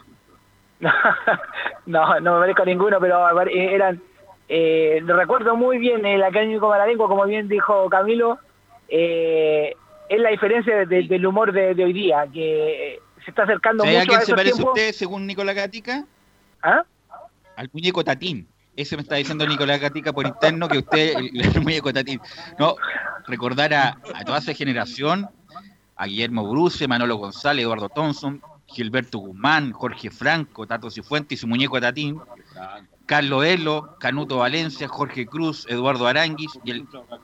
no, no me parezco a ninguno, pero eran... Eh, lo recuerdo muy bien, el académico Malalengua, como bien dijo Camilo, eh, es la diferencia de, de, del humor de, de hoy día, que se está acercando mucho a esos tiempos. ¿A quién se parece usted, según Nicolás Gatica? ¿Ah? Al muñeco Tatín. Ese me está diciendo Nicolás Gatica por interno, que usted es el muñeco Tatín. No, recordar a, a toda esa generación, a Guillermo Bruce, Manolo González, Eduardo Thompson, Gilberto Guzmán, Jorge Franco, Tato Cifuentes y su muñeco Tatín, Carlos Elo, Canuto Valencia, Jorge Cruz, Eduardo Aranguis y el,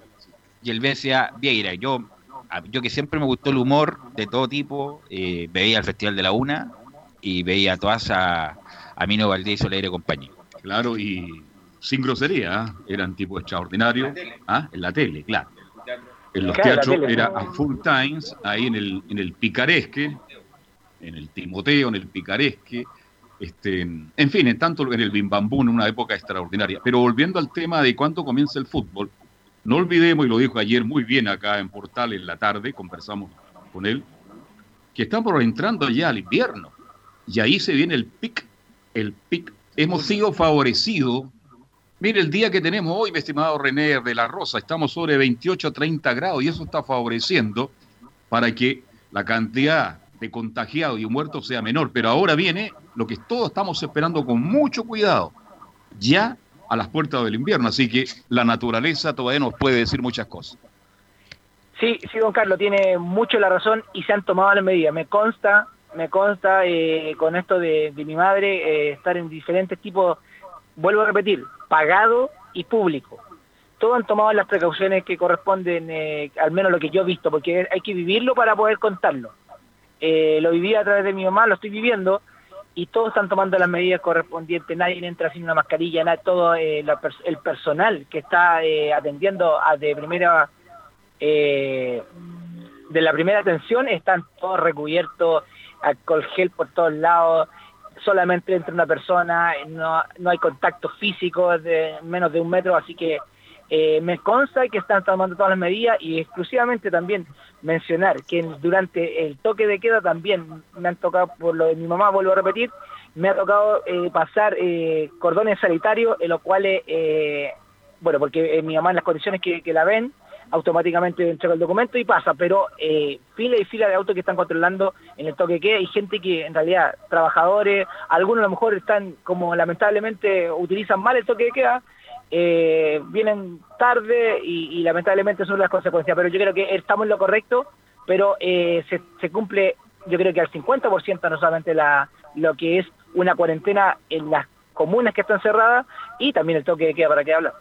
y el B C A Vieira. Yo, yo que siempre me gustó el humor de todo tipo, eh, veía el Festival de la Una y veía a todas a, a Mino Valdés y su alegre compañía. Claro, y sin grosería, ¿eh? Eran tipos extraordinarios, ¿ah? En la tele, claro. En los Claro, teatros tele, era ¿no? a full times, ahí en el, en el Picaresque, en el Timoteo, en el Picaresque, este, en fin, en tanto en el Bim Bam Bum, en una época extraordinaria. Pero volviendo al tema de cuándo comienza el fútbol, no olvidemos, y lo dijo ayer muy bien acá en Portal en la tarde, conversamos con él, que estamos entrando ya al invierno, y ahí se viene el pic, el pic. Hemos sido favorecidos. Mire, el día que tenemos hoy, mi estimado René de la Rosa, estamos sobre veintiocho a treinta grados, y eso está favoreciendo para que la cantidad de contagiados y muertos sea menor. Pero ahora viene lo que todos estamos esperando con mucho cuidado, ya a las puertas del invierno, así que la naturaleza todavía nos puede decir muchas cosas. Sí, sí, don Carlos, tiene mucho la razón y se han tomado las medidas. Me consta, me consta eh, con esto de, de mi madre, eh, estar en diferentes tipos, vuelvo a repetir, pagado y público. Todos han tomado las precauciones que corresponden, eh, al menos lo que yo he visto, porque hay que vivirlo para poder contarlo. Eh, lo viví a través de mi mamá, lo estoy viviendo, y todos están tomando las medidas correspondientes. Nadie entra sin una mascarilla, nada, todo eh, la, el personal que está eh, atendiendo a de primera eh, de la primera atención están todos recubiertos, alcohol gel por todos lados, solamente entra una persona, no, no hay contacto físico de menos de un metro, así que Eh, me consta que están tomando todas las medidas y exclusivamente también mencionar que durante el toque de queda también me han tocado, por lo de mi mamá, vuelvo a repetir, me ha tocado eh, pasar eh, cordones sanitarios en los cuales, eh, bueno, porque eh, mi mamá en las condiciones que, que la ven, automáticamente entrega el documento y pasa, pero eh, fila y fila de autos que están controlando en el toque de queda y gente que en realidad, trabajadores, algunos a lo mejor están, como lamentablemente utilizan mal el toque de queda, Eh, vienen tarde y, y lamentablemente son las consecuencias, pero yo creo que estamos en lo correcto, pero eh, se, se cumple, yo creo que al cincuenta por ciento no solamente la, lo que es una cuarentena en las comunas que están cerradas y también el toque de queda, para qué hablar.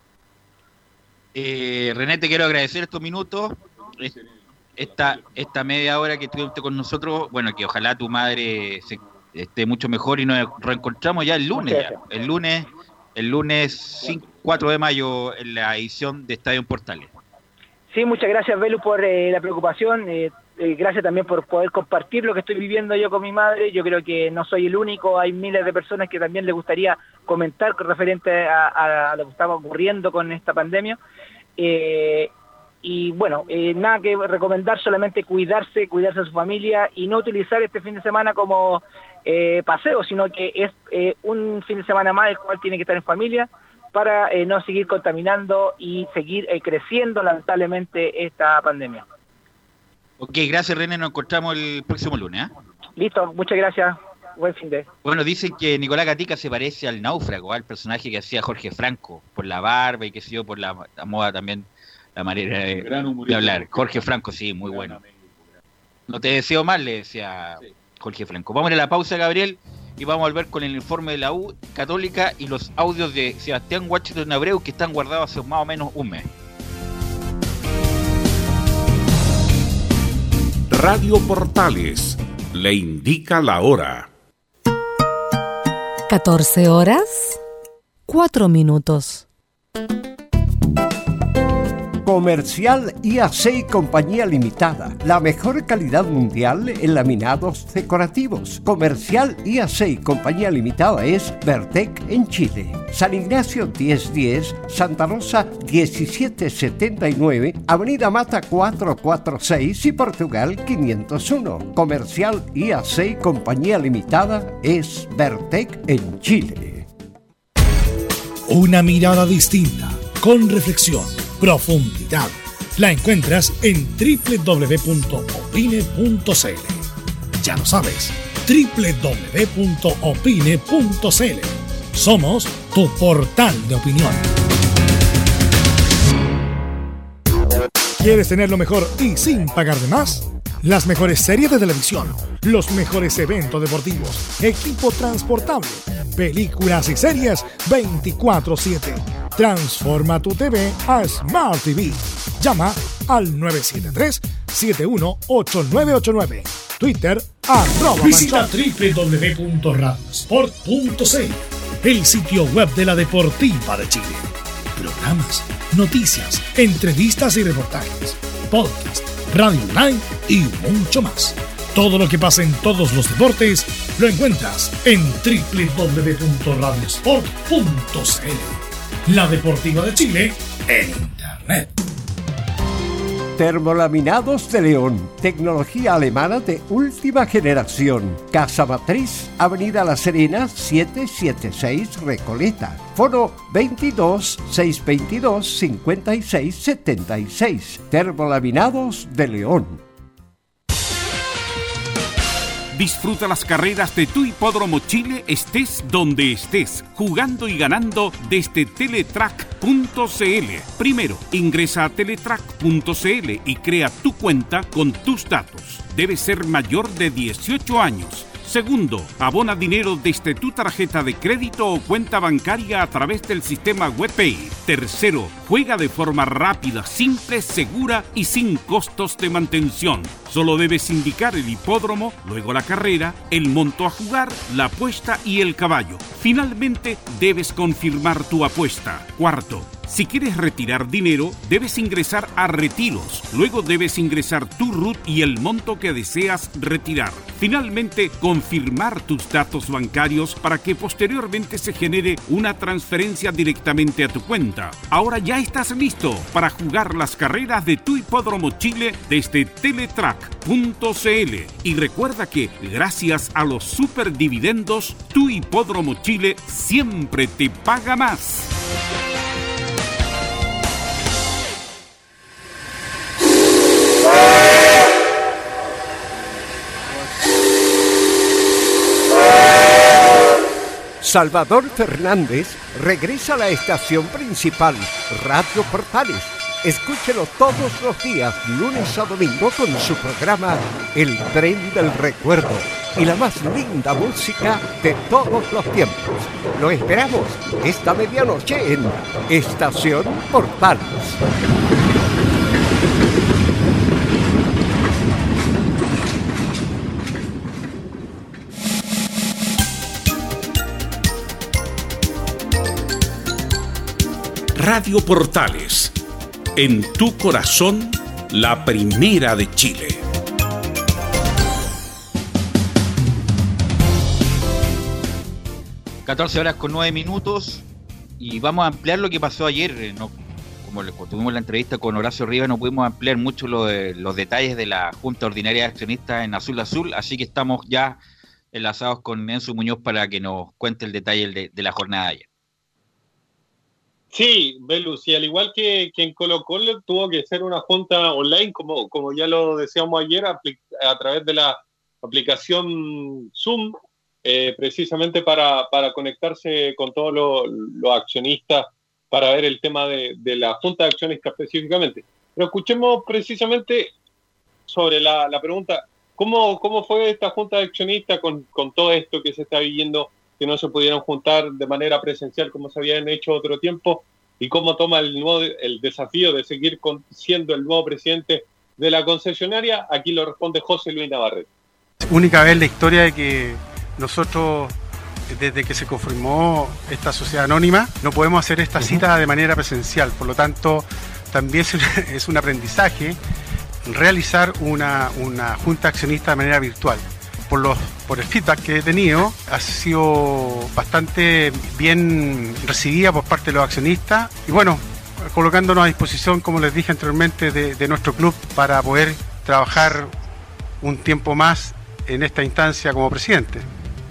Eh, René, te quiero agradecer estos minutos, esta, esta media hora que estuviste con nosotros, bueno, que ojalá tu madre se, esté mucho mejor y nos reencontramos ya el lunes, ya, el lunes... El lunes cuatro de mayo en la edición de Estadio Portales. Sí, muchas gracias, Belu, por eh, la preocupación. Eh, eh, gracias también por poder compartir lo que estoy viviendo yo con mi madre. Yo creo que no soy el único. Hay miles de personas que también les gustaría comentar con referente a, a, a lo que estaba ocurriendo con esta pandemia. Eh, y bueno, eh, nada que recomendar, solamente cuidarse, cuidarse de su familia y no utilizar este fin de semana como eh, paseo, sino que es eh, un fin de semana más el cual tiene que estar en familia para eh, no seguir contaminando y seguir eh, creciendo lamentablemente esta pandemia. Ok, gracias René, nos encontramos el próximo lunes. ¿eh? Listo, muchas gracias. Buen fin de. Bueno, dicen que Nicolás Gatica se parece al náufrago, al personaje que hacía Jorge Franco, por la barba y que sé yo, por la, la moda también, la manera de, de hablar. Jorge Franco, sí, muy bueno. No te deseo mal, le decía Jorge Franco. Vamos a ir a la pausa, Gabriel, y vamos a volver con el informe de la U Católica y los audios de Sebastián Washington Abreu que están guardados hace más o menos un mes. Radio Portales le indica la hora. catorce horas, cuatro minutos. Comercial I A C y Compañía Limitada. La mejor calidad mundial en laminados decorativos. Comercial I A C y Compañía Limitada es Vertec en Chile. San Ignacio diez diez, Santa Rosa diecisiete setenta y nueve, Avenida Mata cuatrocientos cuarenta y seis y Portugal quinientos uno. Comercial I A C y Compañía Limitada es Vertec en Chile. Una mirada distinta, con reflexión, profundidad. La encuentras en doble u doble u doble u punto opine punto c l. Ya lo sabes, doble u doble u doble u punto opine punto c l. Somos tu portal de opinión. ¿Quieres tener lo mejor y sin pagar de más? Las mejores series de televisión, los mejores eventos deportivos, equipo transportable, películas y series veinticuatro siete. Transforma tu T V a Smart T V. Llama al nueve siete tres, siete uno ocho nueve ocho nueve. Twitter, arroba Visita doble u doble u doble u punto radiosport punto c l, el sitio web de la Deportiva de Chile. Programas, noticias, entrevistas y reportajes, podcast, radio online y mucho más. Todo lo que pasa en todos los deportes lo encuentras en doble u doble u doble u punto radiosport punto c l. La Deportiva de Chile en Internet. Termolaminados de León, tecnología alemana de última generación. Casa Matriz, Avenida La Serena, setecientos setenta y seis, Recoleta. Foro veintidós, seiscientos veintidós, cincuenta y seis setenta y seis. Termolaminados de León. Disfruta las carreras de tu Hipódromo Chile, estés donde estés, jugando y ganando desde teletrack punto c l. Primero, ingresa a teletrack punto c l y crea tu cuenta con tus datos. Debes ser mayor de dieciocho años. Segundo, abona dinero desde tu tarjeta de crédito o cuenta bancaria a través del sistema WebPay. Tercero, juega de forma rápida, simple, segura y sin costos de mantención. Solo debes indicar el hipódromo, luego la carrera, el monto a jugar, la apuesta y el caballo. Finalmente, debes confirmar tu apuesta. Cuarto, Si quieres retirar dinero, debes ingresar a Retiros. Luego debes ingresar tu R U T y el monto que deseas retirar. Finalmente, confirmar tus datos bancarios para que posteriormente se genere una transferencia directamente a tu cuenta. Ahora ya estás listo para jugar las carreras de tu hipódromo Chile desde teletrack punto c l. Y recuerda que, gracias a los superdividendos, tu hipódromo Chile siempre te paga más. Salvador Fernández regresa a la estación principal, Radio Portales. Escúchelo todos los días, lunes a domingo, con su programa El Tren del Recuerdo y la más linda música de todos los tiempos. Lo esperamos esta medianoche en Estación Portales. Radio Portales, en tu corazón, la primera de Chile. catorce horas con nueve minutos y vamos a ampliar lo que pasó ayer. No, como le, tuvimos la entrevista con Horacio Rivas, no pudimos ampliar mucho lo de, los detalles de la Junta Ordinaria de Accionistas en Azul Azul, así que estamos ya enlazados con Enzo Muñoz para que nos cuente el detalle de, de la jornada de ayer. Sí, Velus, y al igual que, que en Colo-Colo tuvo que ser una junta online, como, como ya lo decíamos ayer, a, a través de la aplicación Zoom, eh, precisamente para, para conectarse con todos los, los accionistas, para ver el tema de, de la junta de accionistas específicamente. Pero escuchemos precisamente sobre la, la pregunta, ¿cómo, ¿cómo fue esta junta de accionistas con, con todo esto que se está viviendo, que no se pudieron juntar de manera presencial como se habían hecho otro tiempo, y cómo toma el, nuevo, el desafío de seguir con, siendo el nuevo presidente de la concesionaria? Aquí lo responde José Luis Navarrete. Única vez en la historia de que nosotros, desde que se confirmó esta sociedad anónima, no podemos hacer esta cita de manera presencial, por lo tanto también es un aprendizaje realizar una, una junta accionista de manera virtual. Por, los, por el feedback que he tenido, ha sido bastante bien recibida por parte de los accionistas y bueno, colocándonos a disposición, como les dije anteriormente, de, de nuestro club para poder trabajar un tiempo más en esta instancia como presidente.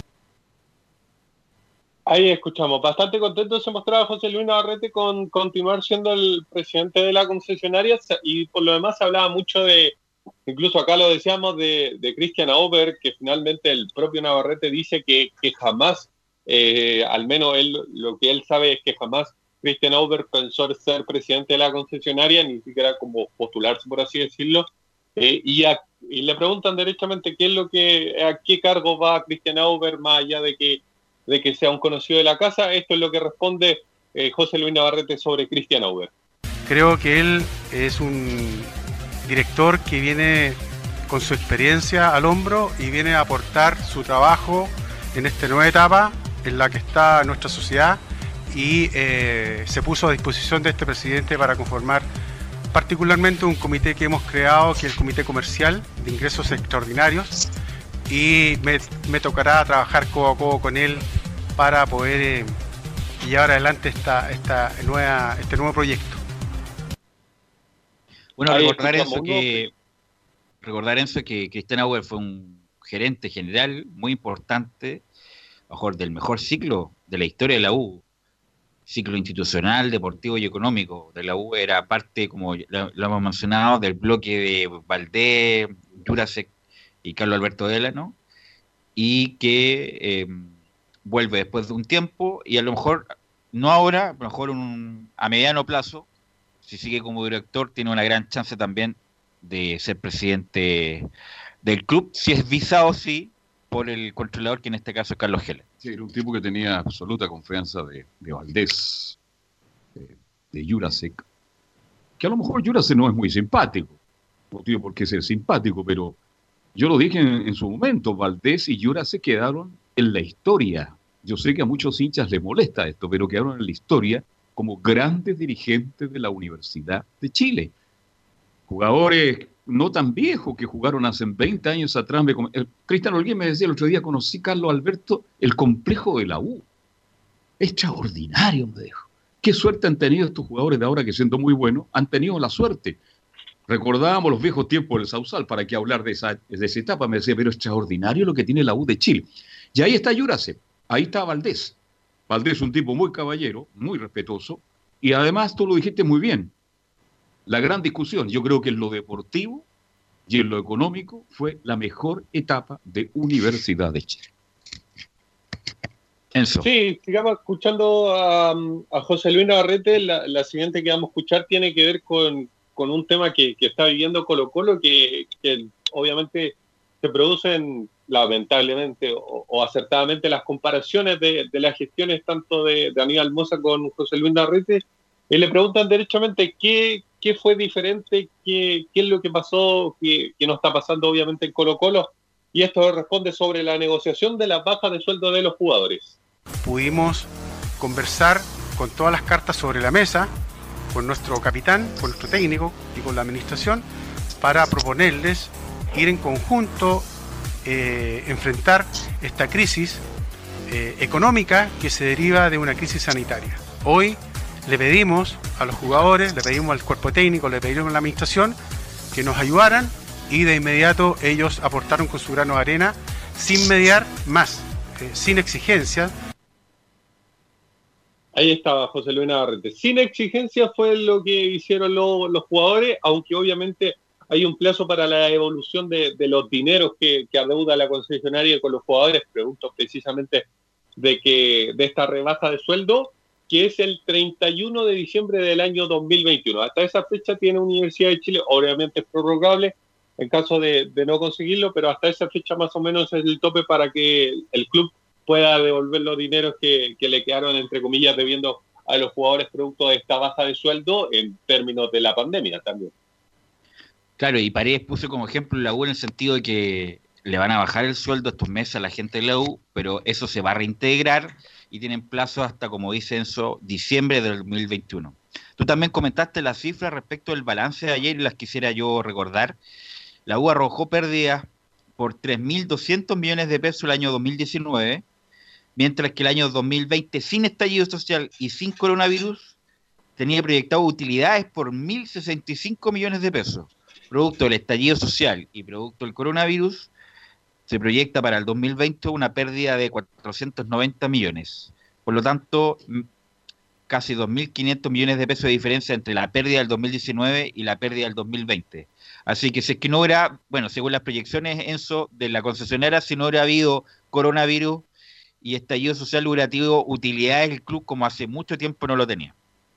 Ahí escuchamos, bastante contento se mostraba José Luis Navarrete con continuar siendo el presidente de la concesionaria, y por lo demás se hablaba mucho de, incluso acá lo decíamos, de, de Christian Auber, que finalmente el propio Navarrete dice que, que jamás, eh, al menos él, lo que él sabe es que jamás Christian Auber pensó ser presidente de la concesionaria, ni siquiera como postularse, por así decirlo, eh, y, a, y le preguntan derechamente qué es lo que, a qué cargo va Christian Auber, más allá de que, de que sea un conocido de la casa. Esto es lo que responde eh, José Luis Navarrete sobre Christian Auber. Creo que él es un director que viene con su experiencia al hombro y viene a aportar su trabajo en esta nueva etapa en la que está nuestra sociedad, y eh, se puso a disposición de este presidente para conformar particularmente un comité que hemos creado, que es el Comité Comercial de Ingresos Extraordinarios, y me, me tocará trabajar codo a codo con él para poder eh, llevar adelante esta, esta nueva, este nuevo proyecto. Bueno, recordar Enzo que recordar Enzo que Christian Auber fue un gerente general muy importante, mejor del mejor ciclo de la historia de la U, ciclo institucional, deportivo y económico de la U. Era parte, como lo, lo hemos mencionado, del bloque de Valdés, Jurasek y Carlos Alberto Delano, y que eh, vuelve después de un tiempo, y a lo mejor, no ahora, a lo mejor un, a mediano plazo, si sigue como director, tiene una gran chance también de ser presidente del club, si es visado, sí, por el controlador, que en este caso es Carlos Heller. Sí, era un tipo que tenía absoluta confianza de, de Valdés, de, de Jurasek, que a lo mejor Jurasek no es muy simpático, no tiene por qué ser simpático, pero yo lo dije en, en su momento, Valdés y Jurasek quedaron en la historia. Yo sé que a muchos hinchas les molesta esto, pero quedaron en la historia como grandes dirigentes de la Universidad de Chile. Jugadores no tan viejos que jugaron hace veinte años atrás. Me, el, Cristian Holguín me decía el otro día, conocí, Carlos Alberto, el complejo de la U. Extraordinario, me dijo. Qué suerte han tenido estos jugadores de ahora que, siendo muy buenos, han tenido la suerte. Recordábamos los viejos tiempos del Sausal, ¿para qué hablar de esa, de esa etapa? Me decía, pero extraordinario lo que tiene la U de Chile. Y ahí está Yurase, ahí está Valdés. Valdés es un tipo muy caballero, muy respetuoso, y además tú lo dijiste muy bien. La gran discusión, yo creo que en lo deportivo y en lo económico fue la mejor etapa de Universidad de Chile. Enzo. Sí, sigamos escuchando a, a José Luis Navarrete. La, la siguiente que vamos a escuchar tiene que ver con, con un tema que, que está viviendo Colo Colo, que, que obviamente se producen lamentablemente o, o acertadamente las comparaciones de, de las gestiones tanto de, de Aníbal Mosa con José Luis Navarrete, y le preguntan derechamente qué, qué fue diferente, qué, qué es lo que pasó, qué, qué no está pasando obviamente en Colo Colo, y esto responde sobre la negociación de las bajas de sueldo de los jugadores. Pudimos conversar con todas las cartas sobre la mesa, con nuestro capitán, con nuestro técnico y con la administración, para proponerles ir en conjunto, eh, enfrentar esta crisis eh, económica que se deriva de una crisis sanitaria. Hoy le pedimos a los jugadores, le pedimos al cuerpo técnico, le pedimos a la administración que nos ayudaran, y de inmediato ellos aportaron con su grano de arena, sin mediar más, eh, sin exigencias. Ahí estaba José Luis Navarrete. Sin exigencias fue lo que hicieron lo, los jugadores, aunque obviamente hay un plazo para la evolución de, de los dineros que, que adeuda la concesionaria con los jugadores, pregunto precisamente de, que, de esta rebaja de sueldo, que es el treinta y uno de diciembre del año dos mil veintiuno. Hasta esa fecha tiene Universidad de Chile, obviamente es prorrogable en caso de, de no conseguirlo, pero hasta esa fecha más o menos es el tope para que el club pueda devolver los dineros que, que le quedaron, entre comillas, debiendo a los jugadores producto de esta baja de sueldo en términos de la pandemia también. Claro, y Paredes puso como ejemplo la U en el sentido de que le van a bajar el sueldo estos meses a la gente de la U, pero eso se va a reintegrar y tienen plazo hasta, como dice Enzo, diciembre del dos mil veintiuno. Tú también comentaste las cifras respecto del balance de ayer y las quisiera yo recordar. La U arrojó pérdidas por tres mil doscientos millones de pesos el año dos mil diecinueve, mientras que el año dos mil veinte, sin estallido social y sin coronavirus, tenía proyectado utilidades por mil sesenta y cinco millones de pesos. Producto del estallido social y producto del coronavirus, se proyecta para el dos mil veinte una pérdida de cuatrocientos noventa millones. Por lo tanto, casi dos mil quinientos millones de pesos de diferencia entre la pérdida del dos mil diecinueve y la pérdida del dos mil veinte. Así que si es que no hubiera, bueno, según las proyecciones, Enzo, de la concesionaria, si no hubiera habido coronavirus y estallido social, hubiera tenido utilidades el club como hace mucho tiempo no lo tenía.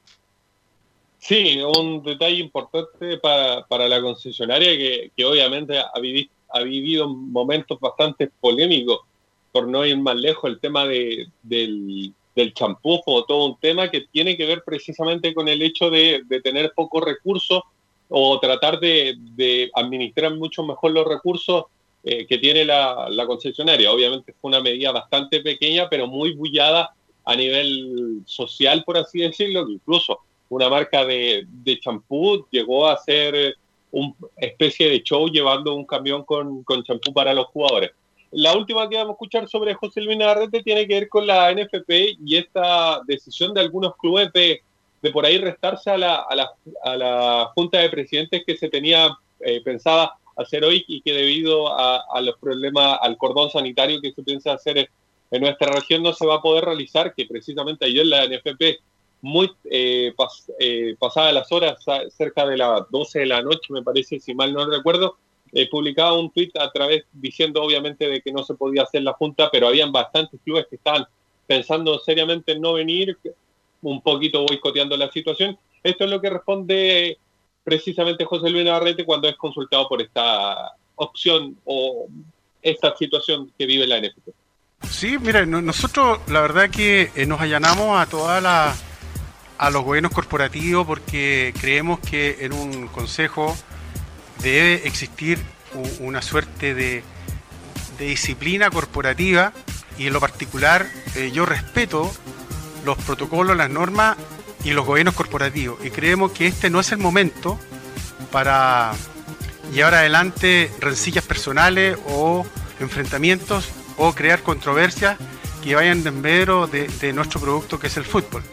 Sí, un detalle importante para, para la concesionaria que, que obviamente ha vivido, ha vivido momentos bastante polémicos, por no ir más lejos, el tema de, del, del champú o todo un tema que tiene que ver precisamente con el hecho de, de tener pocos recursos o tratar de, de administrar mucho mejor los recursos eh, que tiene la, la concesionaria. Obviamente fue una medida bastante pequeña, pero muy bullada a nivel social, por así decirlo, que incluso una marca de champú llegó a ser una especie de show llevando un camión con champú para los jugadores. La última que vamos a escuchar sobre José Luis Navarrete tiene que ver con la N F P y esta decisión de algunos clubes de, de por ahí restarse a la, a, la, a la Junta de Presidentes que se tenía eh, pensada hacer hoy y que debido a, a los problemas, al cordón sanitario que se piensa hacer en nuestra región no se va a poder realizar, que precisamente ayer la N F P muy eh, pas, eh, pasadas las horas, cerca de las doce de la noche, me parece, si mal no recuerdo, eh, publicaba un tuit a través diciendo obviamente de que no se podía hacer la junta, pero habían bastantes clubes que estaban pensando seriamente en no venir, un poquito boicoteando la situación. Esto es lo que responde precisamente José Luis Navarrete cuando es consultado por esta opción o esta situación que vive la N F P. Sí, mira, nosotros la verdad que eh, nos allanamos a todas las a los gobiernos corporativos porque creemos que en un consejo debe existir una suerte de, de disciplina corporativa y en lo particular eh, yo respeto los protocolos, las normas y los gobiernos corporativos. Y creemos que este no es el momento para llevar adelante rencillas personales o enfrentamientos o crear controversias que vayan en desmedro de, de nuestro producto, que es el fútbol.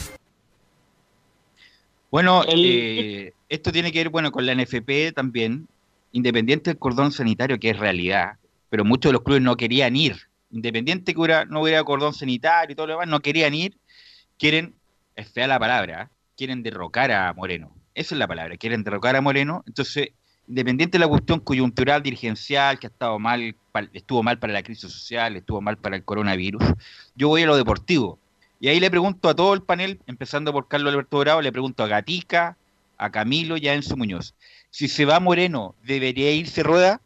Bueno, eh, esto tiene que ver bueno con la N F P también, independiente del cordón sanitario, que es realidad, pero muchos de los clubes no querían ir, independiente que hubiera, no hubiera cordón sanitario y todo lo demás, no querían ir, quieren, es fea la palabra, quieren derrocar a Moreno, esa es la palabra, quieren derrocar a Moreno. Entonces, independiente de la cuestión coyuntural, dirigencial, que ha estado mal, estuvo mal para la crisis social, estuvo mal para el coronavirus, yo voy a lo deportivo. Y ahí le pregunto a todo el panel, empezando por Carlos Alberto Bravo, le pregunto a Gatica, a Camilo y a Enzo Muñoz. Si se va Moreno, ¿debería irse Rueda?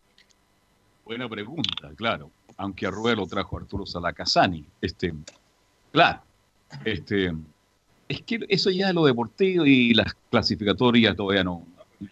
Buena pregunta, claro. Aunque a Rueda lo trajo Arturo Salacasani. Este, claro. Este, es que eso ya es lo deportivo y las clasificatorias todavía no.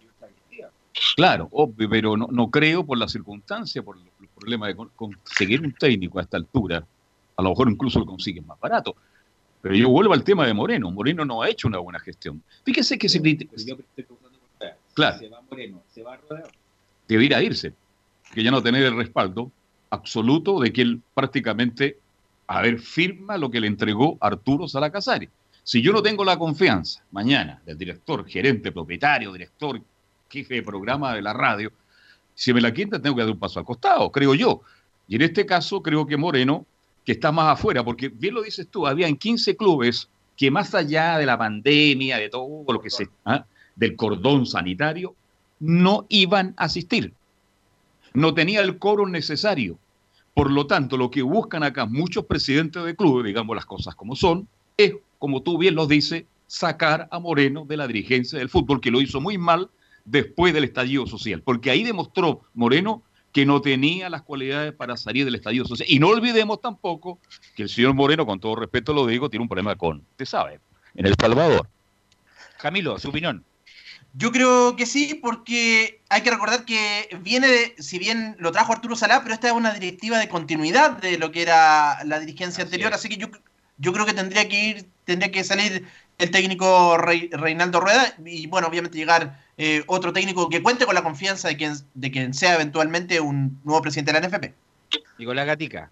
Claro, obvio, pero no, no creo por la circunstancia, por los problemas de conseguir un técnico a esta altura. A lo mejor incluso lo consiguen más barato. Pero yo vuelvo al tema de Moreno. Moreno no ha hecho una buena gestión. Fíjese que se critica. Claro. Si se va Moreno, se va Rueda. Debería irse. Que ya no tener el respaldo absoluto de que él prácticamente, a ver, firma lo que le entregó Arturo Salacasari. Si yo no tengo la confianza mañana del director, gerente, propietario, director, jefe de programa de la radio, si me la quitan tengo que dar un paso al costado, creo yo. Y en este caso creo que Moreno, que está más afuera, porque bien lo dices tú, habían quince clubes que más allá de la pandemia, de todo lo que se... ¿ah? del cordón sanitario, no iban a asistir. No tenía el quórum necesario. Por lo tanto, lo que buscan acá muchos presidentes de clubes, digamos las cosas como son, es, como tú bien lo dices, sacar a Moreno de la dirigencia del fútbol, que lo hizo muy mal después del estallido social. Porque ahí demostró Moreno que no tenía las cualidades para salir del estallido social. Y no olvidemos tampoco que el señor Moreno, con todo respeto lo digo, tiene un problema con, usted sabe, en El Salvador. Camilo, su opinión. Yo creo que sí, porque hay que recordar que viene de, si bien lo trajo Arturo Salá, pero esta es una directiva de continuidad de lo que era la dirigencia Así anterior, es. así que yo, yo creo que tendría que ir, tendría que salir el técnico Rey, Reinaldo Rueda y bueno, obviamente llegar eh, otro técnico que cuente con la confianza de quien, de quien sea eventualmente un nuevo presidente de la N F P. Nicolás Gatica.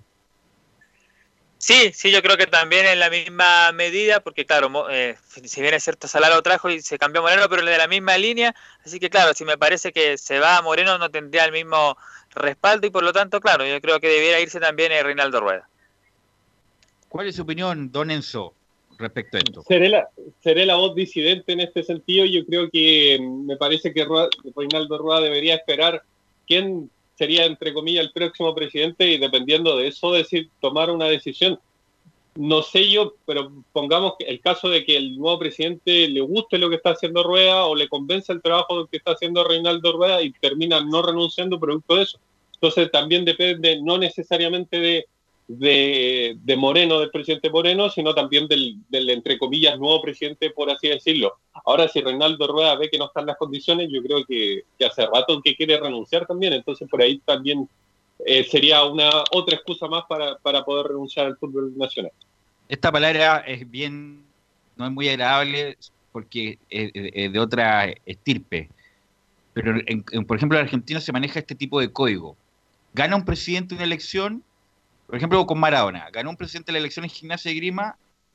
Sí, sí, yo creo que también en la misma medida, porque claro, eh, si bien es cierto, Salá lo trajo y se cambió a Moreno, pero de la misma línea, así que claro, si me parece que se va a Moreno no tendría el mismo respaldo y por lo tanto, claro, yo creo que debiera irse también eh, Reinaldo Rueda. ¿Cuál es su opinión, don Enzo, respecto a esto? Seré la, seré la voz disidente en este sentido. Yo creo que me parece que Rueda, Reinaldo Rueda debería esperar quién sería, entre comillas, el próximo presidente y dependiendo de eso decir, tomar una decisión. No sé yo, pero pongamos el caso de que el nuevo presidente le guste lo que está haciendo Rueda o le convence el trabajo que está haciendo Reinaldo Rueda y termina no renunciando producto de eso. Entonces también depende no necesariamente de, de, de Moreno, del presidente Moreno, sino también del, del, entre comillas, nuevo presidente, por así decirlo. Ahora, si Reinaldo Rueda ve que no están las condiciones, yo creo que, que hace rato que quiere renunciar también, entonces por ahí también eh, sería una otra excusa más para, para poder renunciar al fútbol nacional. Esta palabra es bien, no es muy agradable porque es, es de otra estirpe, pero en, en, por ejemplo en Argentina se maneja este tipo de código. Gana un presidente una elección, por ejemplo con Maradona, ganó un presidente la elección en Gimnasia de Grima,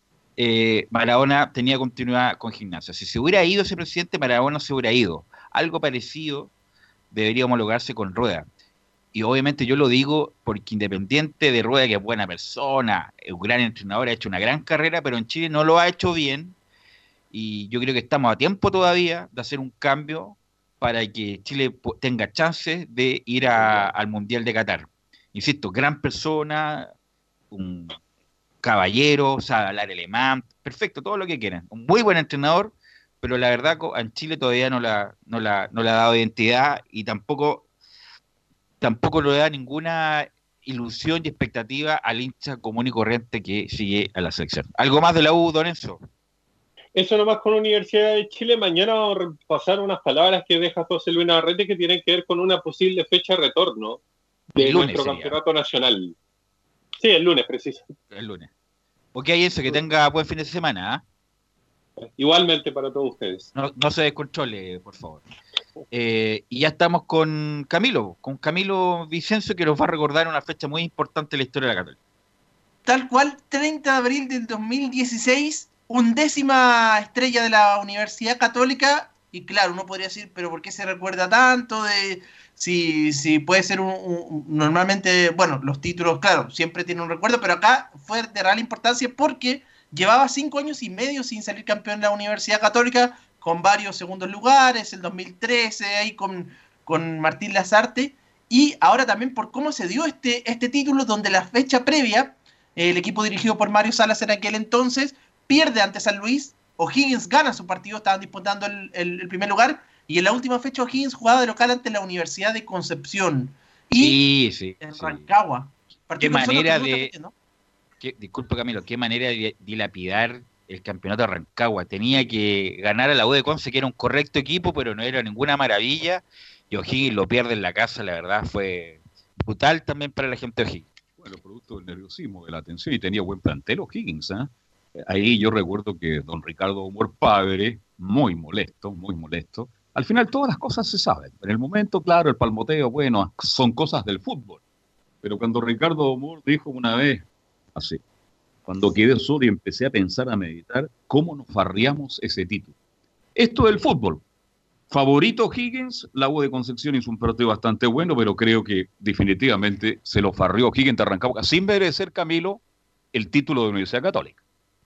eh, Maradona tenía continuidad con Gimnasia. Si se hubiera ido ese presidente, Maradona se hubiera ido. Algo parecido debería homologarse con Rueda. Y obviamente yo lo digo porque independiente de Rueda, que es buena persona, es un gran entrenador, ha hecho una gran carrera, pero en Chile no lo ha hecho bien. Y yo creo que estamos a tiempo todavía de hacer un cambio para que Chile tenga chances de ir a, al Mundial de Qatar. Insisto, gran persona, un caballero, sabe hablar alemán, perfecto, todo lo que quieran. Un muy buen entrenador, pero la verdad en Chile todavía no la, no la, no le ha dado identidad y tampoco... tampoco le da ninguna ilusión y expectativa al hincha común y corriente que sigue a la selección. ¿Algo más de la U, don Enzo? Eso nomás con la Universidad de Chile. Mañana vamos a repasar unas palabras que deja José Luis Navarrete que tienen que ver con una posible fecha de retorno de nuestro sería. campeonato nacional. Sí, el lunes, preciso. El lunes. Ok, eso, que tenga buen fin de semana. ¿eh? Igualmente para todos ustedes. No, no se descontrole, por favor. Eh, y ya estamos con Camilo, con Camilo Vicencio, que nos va a recordar una fecha muy importante en la historia de la Católica. Tal cual, treinta de abril del dos mil dieciséis, undécima estrella de la Universidad Católica. Y claro, uno podría decir, pero ¿por qué se recuerda tanto? De si, si puede ser un, un, normalmente, bueno, los títulos, claro, siempre tienen un recuerdo, pero acá fue de real importancia porque llevaba cinco años y medio sin salir campeón de la Universidad Católica, con varios segundos lugares, el dos mil trece ahí con, con Martín Lazarte, y ahora también por cómo se dio este, este título, donde la fecha previa, el equipo dirigido por Mario Salas en aquel entonces, pierde ante San Luis. O'Higgins gana su partido, estaban disputando el, el, el primer lugar, y en la última fecha O'Higgins jugaba de local ante la Universidad de Concepción y sí, sí, en sí. Rancagua. Qué manera de... ¿no? Qué, disculpa Camilo, qué manera de dilapidar el campeonato de Rancagua. Tenía que ganar a la U de Conce, que era un correcto equipo, pero no era ninguna maravilla, y O'Higgins lo pierde en la casa. La verdad fue brutal también para la gente de O'Higgins. Bueno, producto del nerviosismo, de la tensión, y tenía buen plantel O'Higgins, ¿eh? Ahí yo recuerdo que don Ricardo Humor padre, muy molesto, muy molesto. Al final todas las cosas se saben. En el momento, claro, el palmoteo, bueno, son cosas del fútbol. Pero cuando Ricardo Humor dijo una vez, así, cuando quedé solo y empecé a pensar, a meditar, cómo nos farriamos ese título. Esto del fútbol. Favorito Higgins, la U de Concepción hizo un partido bastante bueno, pero creo que definitivamente se lo farrió Higgins de Rancagua, sin merecer, Camilo, el título de Universidad Católica.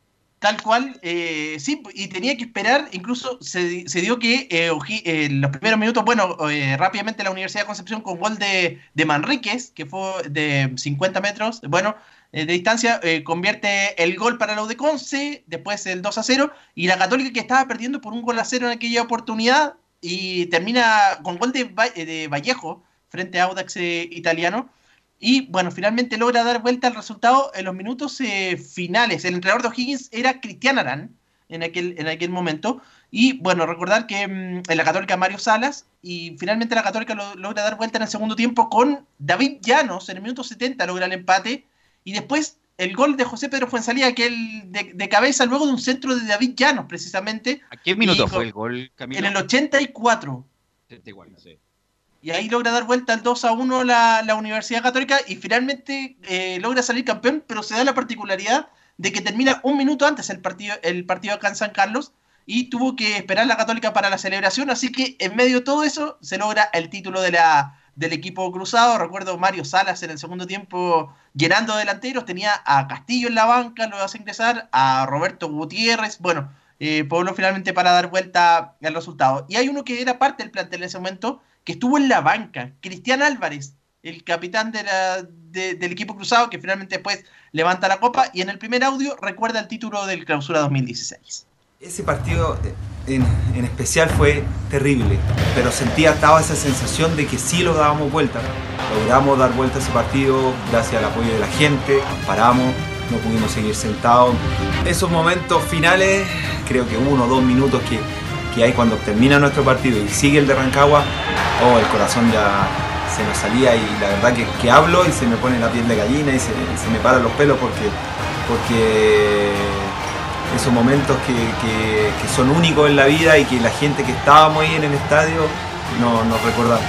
Tal cual, eh, sí, y tenía que esperar, incluso se, se dio que eh, eh, en los primeros minutos, bueno, eh, rápidamente la Universidad de Concepción con gol de, de Manríquez, que fue de cincuenta metros, bueno, eh, de distancia, eh, convierte el gol para la U de Conce, después el dos a cero, y la Católica, que estaba perdiendo por un gol a cero en aquella oportunidad, y termina con gol de, de Vallejo frente a Audax eh, Italiano. Y bueno, finalmente logra dar vuelta al resultado en los minutos eh, finales. El entrenador de O'Higgins era Cristian Arán en aquel, en aquel momento. Y bueno, recordar que mmm, en la Católica Mario Salas, y finalmente la Católica lo, logra dar vuelta en el segundo tiempo con David Llanos. En el minuto setenta logra el empate. Y después el gol de José Pedro Fuenzalía, aquel de, de cabeza, luego de un centro de David Llanos, precisamente. ¿A qué minuto y, fue el gol, Camilo? En el ochenta y cuatro. ochenta y cuatro, sí. Y ahí logra dar vuelta al dos a uno la, la Universidad Católica y finalmente eh, logra salir campeón, pero se da la particularidad de que termina un minuto antes el partido, el partido acá en San Carlos y tuvo que esperar la Católica para la celebración, así que en medio de todo eso se logra el título de la, del equipo cruzado. Recuerdo Mario Salas en el segundo tiempo llenando delanteros, tenía a Castillo en la banca, lo hace ingresar, a Roberto Gutiérrez, bueno, eh, Pueblo finalmente para dar vuelta al resultado. Y hay uno que era parte del plantel en ese momento, que estuvo en la banca, Cristian Álvarez, el capitán de la, de, del equipo cruzado, que finalmente después levanta la copa, y en el primer audio recuerda el título del Clausura dos mil dieciséis. Ese partido en, en especial fue terrible, pero sentía, estaba esa sensación de que sí lo dábamos vuelta. Logramos dar vuelta a ese partido gracias al apoyo de la gente, paramos, no pudimos seguir sentados. Esos momentos finales, creo que uno o dos minutos que que hay cuando termina nuestro partido y sigue el de Rancagua, oh, el corazón ya se nos salía y la verdad que, que hablo y se me pone la piel de gallina y se, se me paran los pelos porque, porque esos momentos que, que, que son únicos en la vida y que la gente que estábamos ahí en el estadio no, nos recordamos.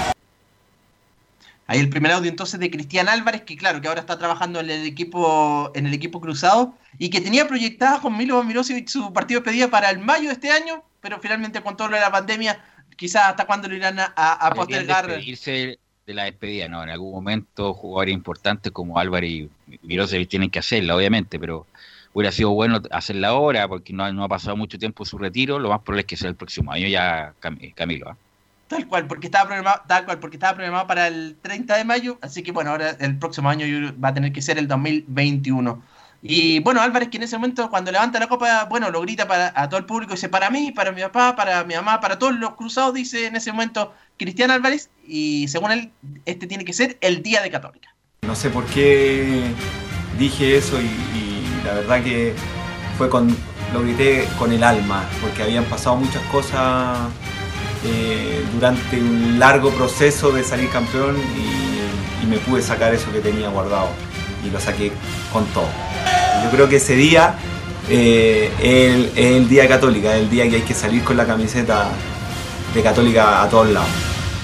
Ahí el primer audio entonces de Cristian Álvarez, que claro, que ahora está trabajando en el equipo en el equipo cruzado y que tenía proyectada con Milo Mirosevic su partido de despedida para el mayo de este año, pero finalmente con todo lo de la pandemia, quizás hasta cuándo lo irán a, a postergar. Despedirse de la despedida, no, en algún momento jugadores importantes como Álvarez y Mirosevic tienen que hacerla, obviamente, pero hubiera sido bueno hacerla ahora porque no, no ha pasado mucho tiempo su retiro, lo más probable es que sea el próximo año ya, Camilo, ¿eh? Tal cual, porque estaba programado, tal cual, porque estaba programado para el treinta de mayo, así que bueno, ahora el próximo año va a tener que ser el dos mil veintiuno. Y bueno, Álvarez, que en ese momento cuando levanta la copa, bueno, lo grita para a todo el público, dice para mí, para mi papá, para mi mamá, para todos los cruzados, dice en ese momento Cristian Álvarez, y según él, este tiene que ser el día de Católica. No sé por qué dije eso y, y la verdad que fue con, lo grité con el alma, porque habían pasado muchas cosas Eh, durante un largo proceso de salir campeón y, y me pude sacar eso que tenía guardado y lo saqué con todo. Yo creo que ese día eh, el, el día de Católica, el día que hay que salir con la camiseta de Católica a todos lados.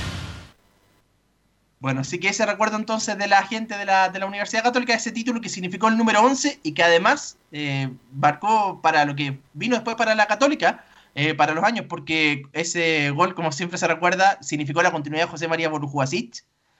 Bueno, así que ese recuerdo entonces de la gente de la, de la Universidad Católica, ese título que significó el número once y que además eh, marcó para lo que vino después para la Católica, eh, para los años, porque ese gol, como siempre se recuerda, significó la continuidad de José María Borujasic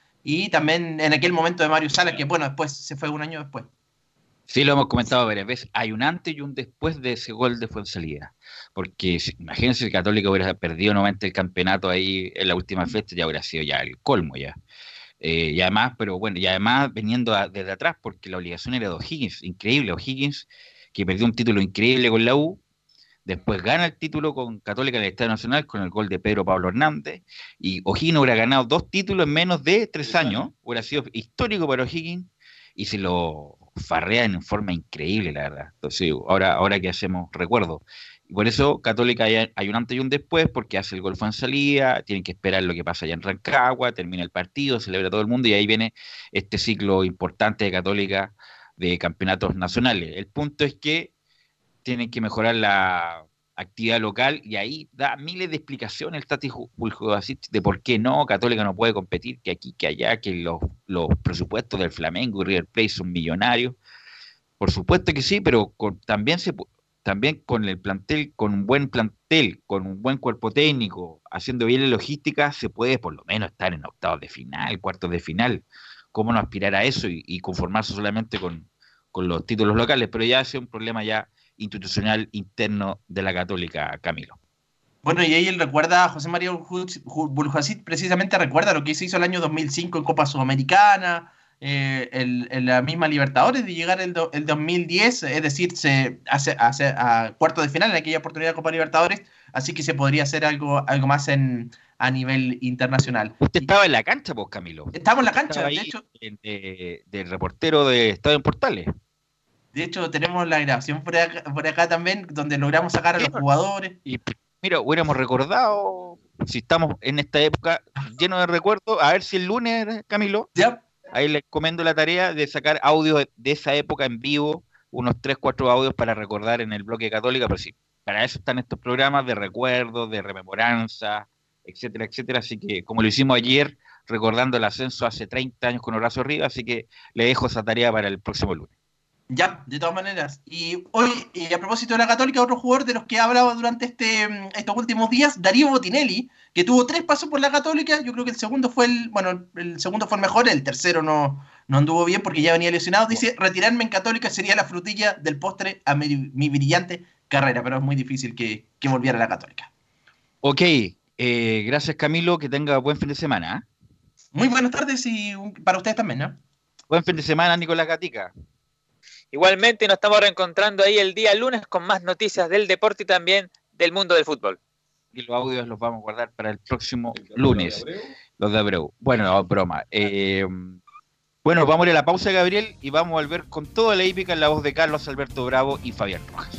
y también en aquel momento de Mario Salas, que bueno, después se fue un año después. Sí, lo hemos comentado varias veces. Hay un antes y un después de ese gol de Fuenzalida. Porque imagínense si el Católica hubiera perdido nuevamente el campeonato ahí en la última fecha, ya hubiera sido ya el colmo ya. Eh, y además, pero bueno, y además veniendo a, desde atrás, porque la obligación era de O'Higgins, increíble, O'Higgins, que perdió un título increíble con la U, después gana el título con Católica en el Estadio Nacional con el gol de Pedro Pablo Hernández, y O'Higgins hubiera ganado dos títulos en menos de tres años, hubiera sido histórico para O'Higgins, y se lo farrea en forma increíble, la verdad. Entonces, ahora, ahora que hacemos recuerdo. Y por eso Católica hay, hay un antes y un después, porque hace el gol en salida, tienen que esperar lo que pasa allá en Rancagua, termina el partido, celebra todo el mundo, y ahí viene este ciclo importante de Católica de campeonatos nacionales. El punto es que tienen que mejorar la actividad local, y ahí da miles de explicaciones el Tati Buljubasic de por qué no, Católica no puede competir, que aquí, que allá, que los, los presupuestos del Flamengo y River Plate son millonarios. Por supuesto que sí, pero con, también se también con el plantel, con un buen plantel, con un buen cuerpo técnico, haciendo bien la logística, se puede por lo menos estar en octavos de final, cuartos de final. ¿Cómo no aspirar a eso y, y conformarse solamente con, con los títulos locales? Pero ya es un problema ya institucional interno de la Católica, Camilo. Bueno, y ahí él recuerda, José María Buljubasic precisamente recuerda lo que se hizo el año dos mil cinco en Copa Sudamericana, eh, el, en la misma Libertadores, de llegar el, do, el dos mil diez, es decir, se hace, hace a cuartos de final en aquella oportunidad de Copa Libertadores, así que se podría hacer algo, algo más en, a nivel internacional. Usted estaba en la cancha, pues, Camilo. Estaba en la cancha, estaba de ahí hecho. De, de reportero de Estadio en Portales. De hecho, tenemos la grabación por acá, por acá también, donde logramos sacar a los jugadores. Y mira, hubiéramos recordado, si estamos en esta época lleno de recuerdos, a ver si el lunes, Camilo, ¿ya? Ahí les comendo la tarea de sacar audio de, de esa época en vivo, unos tres, cuatro audios para recordar en el bloque Católica, pero sí, para eso están estos programas de recuerdos, de rememoranza, etcétera, etcétera. Así que, como lo hicimos ayer, recordando el ascenso hace treinta años con Horacio Rivas, así que le dejo esa tarea para el próximo lunes. Ya, de todas maneras. Y hoy, y a propósito de la Católica, otro jugador de los que he hablado durante este, estos últimos días, Darío Botinelli, que tuvo tres pasos por la Católica. Yo creo que el segundo fue el, bueno, el segundo fue el mejor, el tercero no, no anduvo bien porque ya venía lesionado. Dice, retirarme en Católica sería la frutilla del postre a mi, mi brillante carrera, pero es muy difícil que, que volviera a la Católica. Ok, eh, gracias Camilo, que tenga buen fin de semana. ¿eh? Muy buenas tardes y para ustedes también, ¿no? Buen fin de semana, Nicolás Gatica. Igualmente nos estamos reencontrando ahí el día lunes con más noticias del deporte y también del mundo del fútbol. Y los audios los vamos a guardar para el próximo lunes. Los de Abreu. Bueno, no, broma. Eh, bueno, vamos a ir a la pausa, Gabriel, y vamos a volver con toda la hípica en la voz de Carlos Alberto Bravo y Fabián Rojas.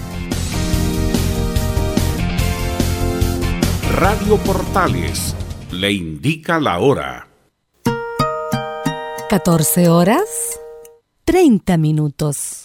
Radio Portales le indica la hora. catorce horas, treinta minutos.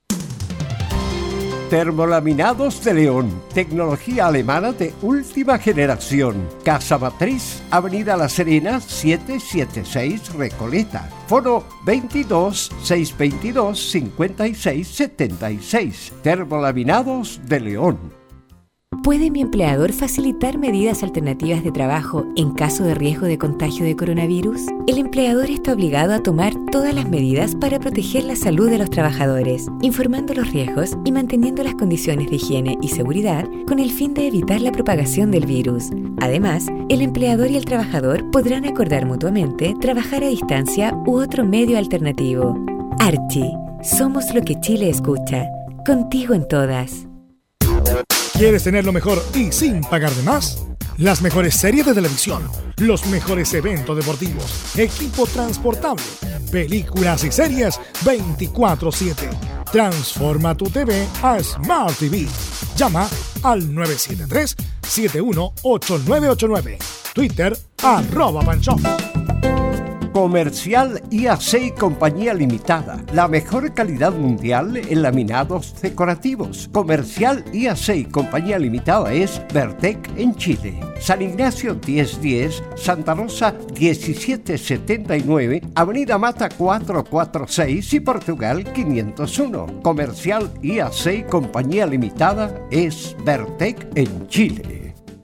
Termolaminados de León, tecnología alemana de última generación. Casa Matriz, Avenida La Serena, setecientos setenta y seis Recoleta. Foro veintidós, seiscientos veintidós, cincuenta y seis setenta y seis. Termolaminados de León. ¿Puede mi empleador facilitar medidas alternativas de trabajo en caso de riesgo de contagio de coronavirus? El empleador está obligado a tomar todas las medidas para proteger la salud de los trabajadores, informando los riesgos y manteniendo las condiciones de higiene y seguridad con el fin de evitar la propagación del virus. Además, el empleador y el trabajador podrán acordar mutuamente trabajar a distancia u otro medio alternativo. Archie, somos lo que Chile escucha. Contigo en todas. ¿Quieres tener lo mejor y sin pagar de más? Las mejores series de televisión, los mejores eventos deportivos, equipo transportable, películas y series veinticuatro siete. Transforma tu T V a Smart T V. Llama al nueve siete tres, siete uno ocho nueve ocho nueve. Twitter, arroba Panchón. Comercial I A C y Compañía Limitada. La mejor calidad mundial en laminados decorativos. Comercial I A C y Compañía Limitada es Vertec en Chile. San Ignacio diez diez, Santa Rosa diecisiete setenta y nueve, Avenida Mata cuatrocientos cuarenta y seis y Portugal quinientos uno. Comercial I A C y Compañía Limitada es Vertec en Chile.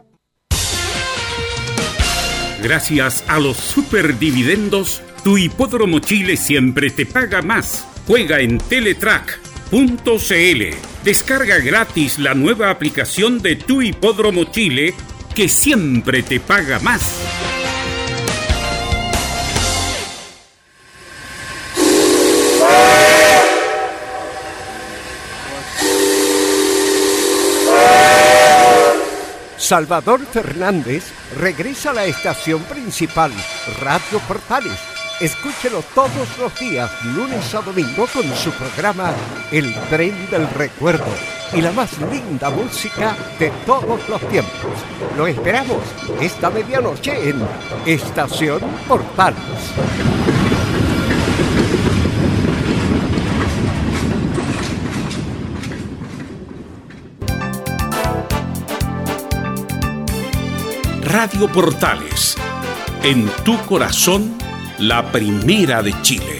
Gracias a los superdividendos, tu Hipódromo Chile siempre te paga más. Juega en teletrack punto c l. Descarga gratis la nueva aplicación de tu Hipódromo Chile que siempre te paga más. Salvador Fernández regresa a la estación principal, Radio Portales. Escúchelo todos los días, lunes a domingo, con su programa El Tren del Recuerdo y la más linda música de todos los tiempos. Lo esperamos esta medianoche en Estación Portales. Radio Portales, en tu corazón, la primera de Chile.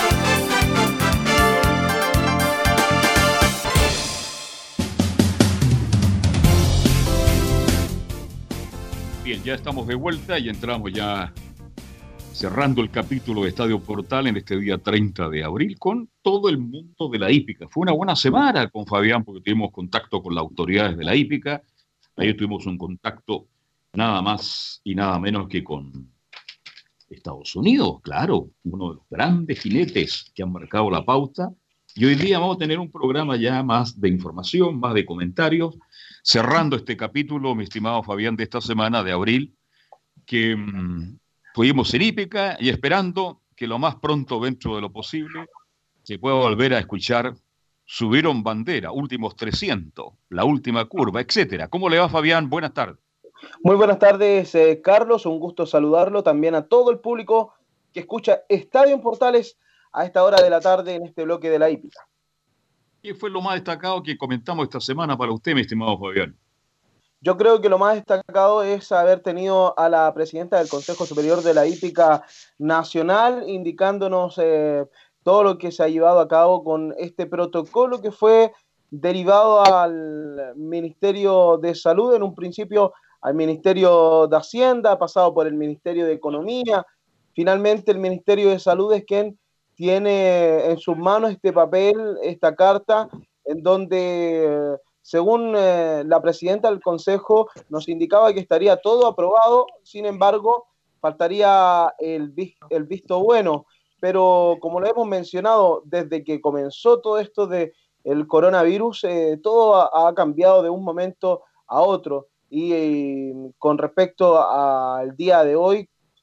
Bien, ya estamos de vuelta y entramos ya cerrando el capítulo de Estadio Portal en este día treinta de abril con todo el mundo de la hípica. Fue una buena semana con Fabián porque tuvimos contacto con las autoridades de la hípica. Ahí tuvimos un contacto nada más y nada menos que con Estados Unidos, claro, uno de los grandes jinetes que han marcado la pauta. Y hoy día vamos a tener un programa ya más de información, más de comentarios, cerrando este capítulo, mi estimado Fabián, de esta semana de abril, que mmm, tuvimos en hípica y esperando que lo más pronto, dentro de lo posible, se pueda volver a escuchar Subieron Bandera, últimos trescientos, La Última Curva, etcétera. ¿Cómo le va, Fabián? Buenas tardes. Muy buenas tardes, eh, Carlos, un gusto saludarlo, también a todo el público que escucha Estadio en Portales a esta hora de la tarde en este bloque de la hípica. ¿Qué fue lo más destacado que comentamos esta semana para usted, mi estimado Fabián? Yo creo que lo más destacado es haber tenido a la presidenta del Consejo Superior de la Hípica Nacional indicándonos eh, todo lo que se ha llevado a cabo con este protocolo que fue derivado al Ministerio de Salud, en un principio al Ministerio de Hacienda, ha pasado por el Ministerio de Economía. Finalmente el Ministerio de Salud es quien tiene en sus manos este papel, esta carta, en donde, según eh, la presidenta del Consejo, nos indicaba que estaría todo aprobado, sin embargo, faltaría el, el visto bueno. Pero como lo hemos mencionado, desde que comenzó todo esto del coronavirus, eh, todo ha, ha cambiado de un momento a otro. Y eh, con respecto al día de hoy,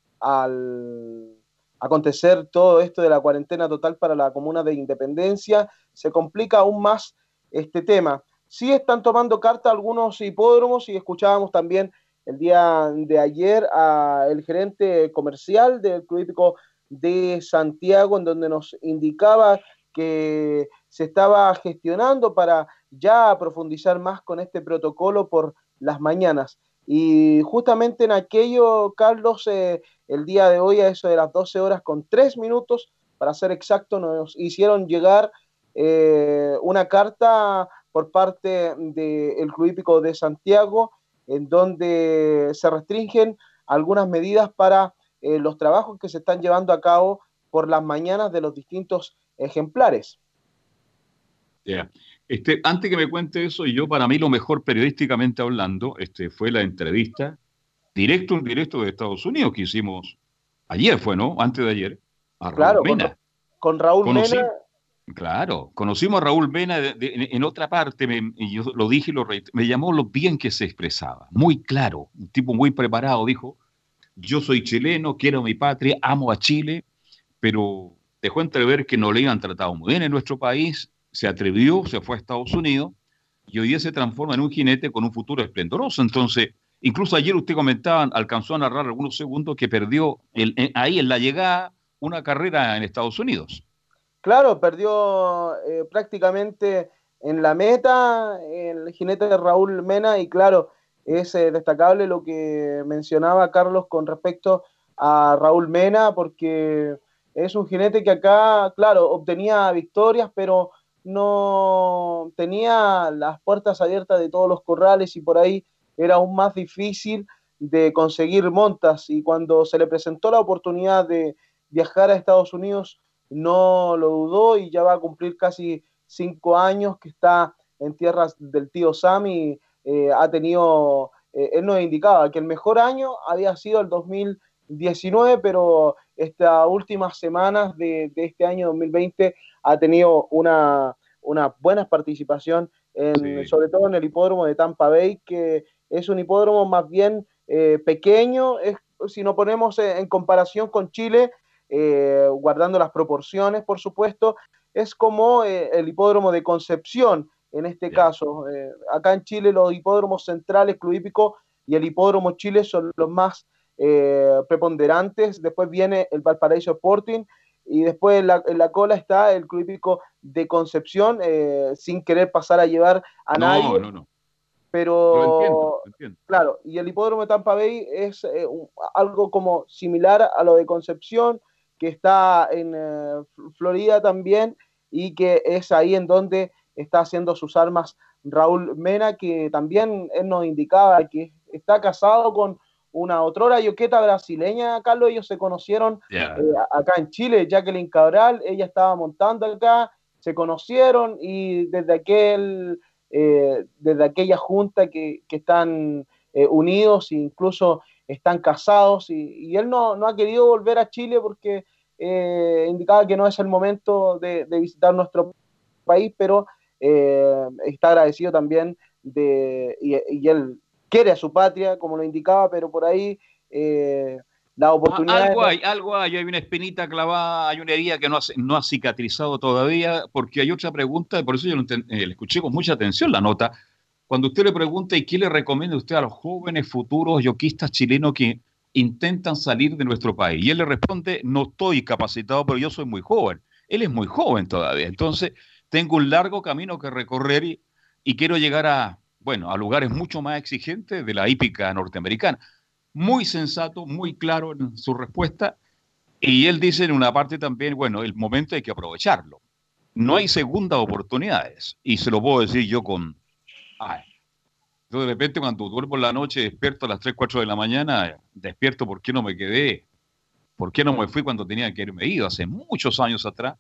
al acontecer todo esto de la cuarentena total para la comuna de Independencia, se complica aún más este tema. Sí están tomando carta algunos hipódromos y escuchábamos también el día de ayer al gerente comercial del Club Hípico de Santiago, en donde nos indicaba que se estaba gestionando para ya profundizar más con este protocolo por las mañanas. Y justamente en aquello, Carlos, eh, el día de hoy a eso de las doce horas con tres minutos, para ser exacto, nos hicieron llegar eh, una carta por parte del Club Hípico de Santiago, en donde se restringen algunas medidas para eh, los trabajos que se están llevando a cabo por las mañanas de los distintos ejemplares. Yeah. Este, antes que me cuente eso, yo para mí lo mejor periodísticamente hablando este, fue la entrevista directo en directo de Estados Unidos que hicimos ayer, fue, ¿no? Antes de ayer, a Raúl claro, Mena. Con, con Raúl Conocí, Mena. Claro, conocimos a Raúl Mena de, de, en, en otra parte, me, y yo lo dije y lo reité, me llamó lo bien que se expresaba, muy claro, un tipo muy preparado, dijo, yo soy chileno, quiero mi patria, amo a Chile, pero dejó entrever que no le habían tratado muy bien en nuestro país, se atrevió, se fue a Estados Unidos y hoy día se transforma en un jinete con un futuro esplendoroso. Entonces, incluso ayer usted comentaba, alcanzó a narrar algunos segundos que perdió el, en, ahí en la llegada, una carrera en Estados Unidos. Claro, perdió eh, prácticamente en la meta el jinete de Raúl Mena, y claro, es eh, destacable lo que mencionaba Carlos con respecto a Raúl Mena, porque es un jinete que acá, claro, obtenía victorias, pero no tenía las puertas abiertas de todos los corrales, y por ahí era aún más difícil de conseguir montas, y cuando se le presentó la oportunidad de viajar a Estados Unidos no lo dudó, y ya va a cumplir casi cinco años que está en tierras del tío Sam, y eh, ha tenido, eh, él nos indicaba que el mejor año había sido el dos mil diecinueve, pero estas últimas semanas de, de este año dos mil veinte ha tenido una, una buena participación, en, sí. sobre todo en el hipódromo de Tampa Bay, que es un hipódromo más bien eh, pequeño, es, si nos ponemos en, en comparación con Chile, eh, guardando las proporciones, por supuesto, es como eh, el hipódromo de Concepción, en este yeah. caso. Eh, acá en Chile los hipódromos centrales, Club Hípico y el hipódromo Chile son los más eh, preponderantes. Después viene el Valparaíso Sporting, y después en la, en la cola está el Club Hípico de Concepción, eh, sin querer pasar a llevar a no, nadie. No, no, Pero, lo entiendo, lo entiendo. Claro, y el hipódromo de Tampa Bay es eh, un, algo como similar a lo de Concepción, que está en eh, Florida también, y que es ahí en donde está haciendo sus armas Raúl Mena, que también él nos indicaba que está casado con una otrora yoqueta brasileña, Carlos. Ellos se conocieron yeah. eh, acá en Chile, Jacqueline Cabral, ella estaba montando acá, se conocieron, y desde aquel eh, desde aquella junta que, que están eh, unidos, e incluso están casados, y, y él no, no ha querido volver a Chile porque eh, indicaba que no es el momento de, de visitar nuestro país, pero eh, está agradecido también de, y, y él quiere a su patria, como lo indicaba, pero por ahí eh, la oportunidad... Ah, algo hay, algo hay, hay una espinita clavada, hay una herida que no ha, no ha cicatrizado todavía, porque hay otra pregunta, por eso yo lo enten, eh, le escuché con mucha atención la nota, cuando usted le pregunta, ¿y qué le recomienda usted a los jóvenes futuros yoquistas chilenos que intentan salir de nuestro país? Y él le responde, no estoy capacitado, pero yo soy muy joven. Él es muy joven todavía, entonces tengo un largo camino que recorrer y, y quiero llegar a, bueno, a lugares mucho más exigentes de la hípica norteamericana. Muy sensato, muy claro en su respuesta, y él dice en una parte también, bueno, el momento hay que aprovecharlo. No hay segundas oportunidades, y se lo puedo decir yo con... Ay, yo de repente cuando duermo en la noche despierto a las tres, cuatro de la mañana, despierto por qué no me quedé, por qué no me fui cuando tenía que haberme ido, hace muchos años atrás.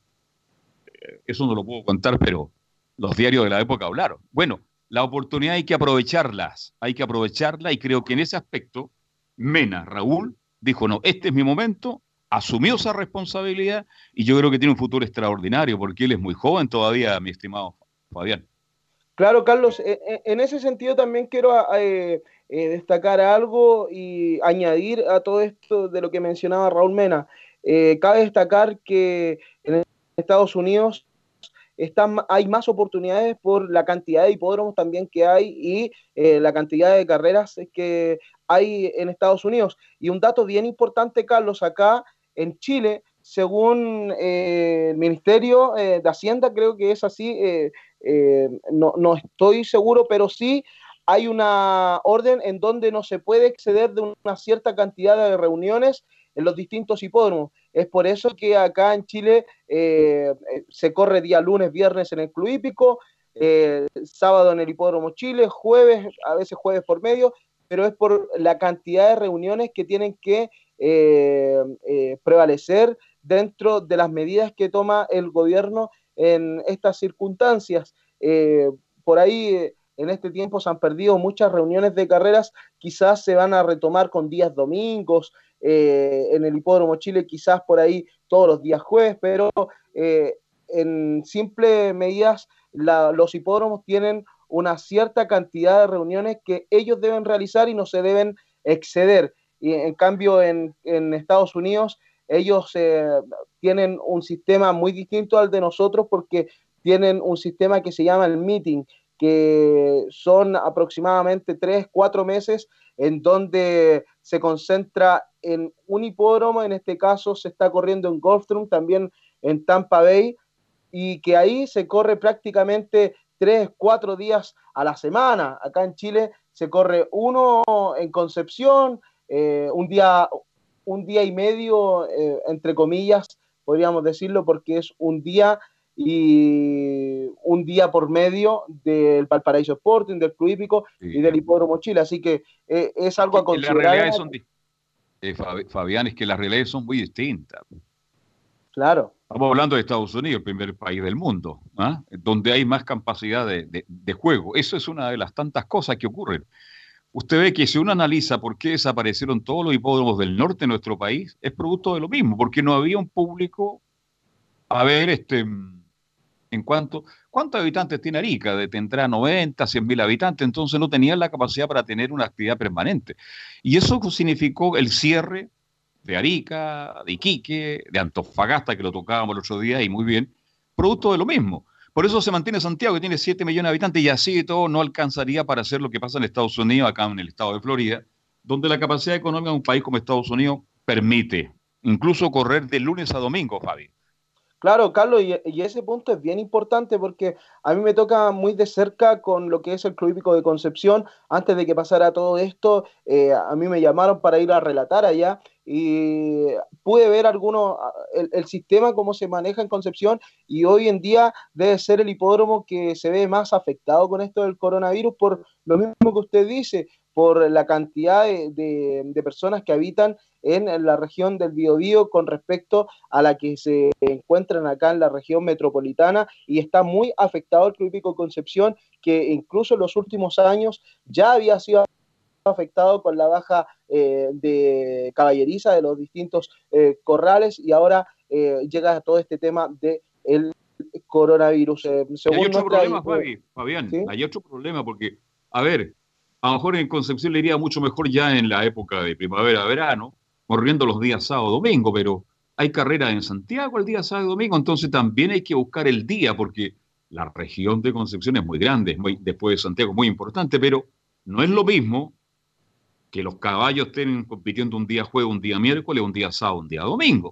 Eso no lo puedo contar, pero los diarios de la época hablaron. Bueno, la oportunidad hay que aprovecharlas, hay que aprovecharla, y creo que en ese aspecto Mena, Raúl, dijo, no, este es mi momento, asumió esa responsabilidad, y yo creo que tiene un futuro extraordinario, porque él es muy joven todavía, mi estimado Fabián. Claro, Carlos, en ese sentido también quiero eh, eh, destacar algo y añadir a todo esto de lo que mencionaba Raúl Mena. Eh, cabe destacar que en Estados Unidos están, hay más oportunidades por la cantidad de hipódromos también que hay, y eh, la cantidad de carreras que hay en Estados Unidos. Y un dato bien importante, Carlos, acá en Chile, según eh, el Ministerio eh, de Hacienda, creo que es así, eh, eh, no, no estoy seguro, pero sí hay una orden en donde no se puede exceder de una cierta cantidad de reuniones en los distintos hipódromos. Es por eso que acá en Chile eh, se corre día lunes, viernes en el Club Hípico, eh, sábado en el Hipódromo Chile, jueves, a veces jueves por medio, pero es por la cantidad de reuniones que tienen que eh, eh, prevalecer dentro de las medidas que toma el gobierno en estas circunstancias. Eh, por ahí, eh, en este tiempo se han perdido muchas reuniones de carreras, quizás se van a retomar con días domingos, eh, en el Hipódromo Chile quizás por ahí todos los días jueves, pero eh, en simples medidas la, los hipódromos tienen una cierta cantidad de reuniones que ellos deben realizar y no se deben exceder. Y en cambio en, en Estados Unidos ellos eh, tienen un sistema muy distinto al de nosotros, porque tienen un sistema que se llama el meeting, que son aproximadamente tres, cuatro meses en donde se concentra en un hipódromo, en este caso se está corriendo en Gulfstream, también en Tampa Bay, y que ahí se corre prácticamente tres, cuatro días a la semana. Acá en Chile se corre uno en Concepción, eh, un día, un día y medio, eh, entre comillas, podríamos decirlo, porque es un día y un día por medio del Valparaíso Sporting, del Club Hípico sí. y del Hipódromo Chile, así que eh, es algo a considerar. Son, eh, Fabián, es que las realidades son muy distintas. Claro. Estamos hablando de Estados Unidos, el primer país del mundo, ¿eh? donde hay más capacidad de, de, de juego. Eso es una de las tantas cosas que ocurren. Usted ve que si uno analiza por qué desaparecieron todos los hipódromos del norte de nuestro país, es producto de lo mismo, porque no había un público a ver este... En cuanto, ¿cuántos habitantes tiene Arica? Tendrá noventa, cien mil habitantes, entonces no tenían la capacidad para tener una actividad permanente. Y eso significó el cierre de Arica, de Iquique, de Antofagasta, que lo tocábamos el otro día, y muy bien, producto de lo mismo. Por eso se mantiene Santiago, que tiene siete millones de habitantes, y así de todo no alcanzaría para hacer lo que pasa en Estados Unidos, acá en el estado de Florida, donde la capacidad económica de un país como Estados Unidos permite incluso correr de lunes a domingo, Fabi. Claro, Carlos, y, y ese punto es bien importante porque a mí me toca muy de cerca con lo que es el Club Hípico de Concepción. Antes de que pasara todo esto, eh, a mí me llamaron para ir a relatar allá y pude ver algunos, el, el sistema, cómo se maneja en Concepción, y hoy en día debe ser el hipódromo que se ve más afectado con esto del coronavirus por lo mismo que usted dice, por la cantidad de, de, de personas que habitan en la región del Biobío con respecto a la que se encuentran acá en la región metropolitana, y está muy afectado el Club Hípico Concepción, que incluso en los últimos años ya había sido afectado con la baja eh, de caballeriza de los distintos eh, corrales, y ahora eh, llega todo este tema del coronavirus. Eh, hay otro problema, Fabi, Fabián, ¿sí? Hay otro problema porque, a ver, a lo mejor en Concepción le iría mucho mejor ya en la época de primavera-verano, corriendo los días sábado domingo, pero hay carreras en Santiago el día sábado y domingo, entonces también hay que buscar el día, porque la región de Concepción es muy grande, es muy, después de Santiago es muy importante, pero no es lo mismo que los caballos estén compitiendo un día jueves, un día miércoles, un día sábado, un día domingo.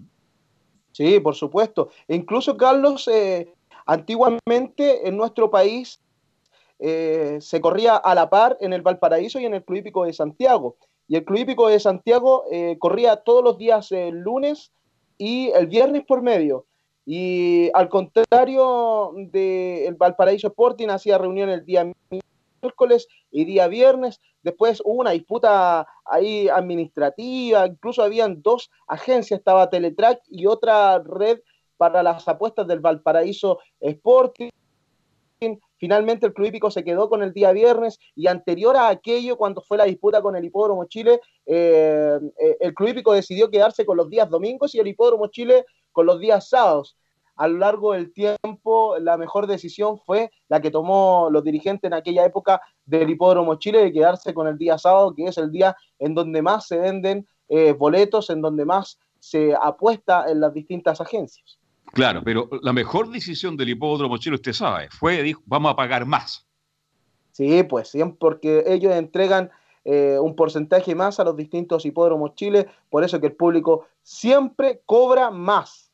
Sí, por supuesto. E incluso, Carlos, eh, antiguamente en nuestro país eh, se corría a la par en el Valparaíso y en el Club Hípico de Santiago. Y el Club Hípico de Santiago eh, corría todos los días el eh, lunes y el viernes por medio. Y al contrario del Valparaíso Sporting, hacía reunión el día miércoles y día viernes. Después hubo una disputa ahí administrativa, incluso habían dos agencias, estaba Teletrack y otra red para las apuestas del Valparaíso Sporting. Finalmente el Club Hípico se quedó con el día viernes, y anterior a aquello, cuando fue la disputa con el Hipódromo Chile, eh, eh, el Club Hípico decidió quedarse con los días domingos y el Hipódromo Chile con los días sábados. A lo largo del tiempo, la mejor decisión fue la que tomó los dirigentes en aquella época del Hipódromo Chile, de quedarse con el día sábado, que es el día en donde más se venden eh, boletos, en donde más se apuesta en las distintas agencias. Claro, pero la mejor decisión del Hipódromo Chile, usted sabe, fue, dijo, vamos a pagar más. Sí, pues siempre, porque ellos entregan eh, un porcentaje más a los distintos Hipódromos Chile, por eso que el público siempre cobra más.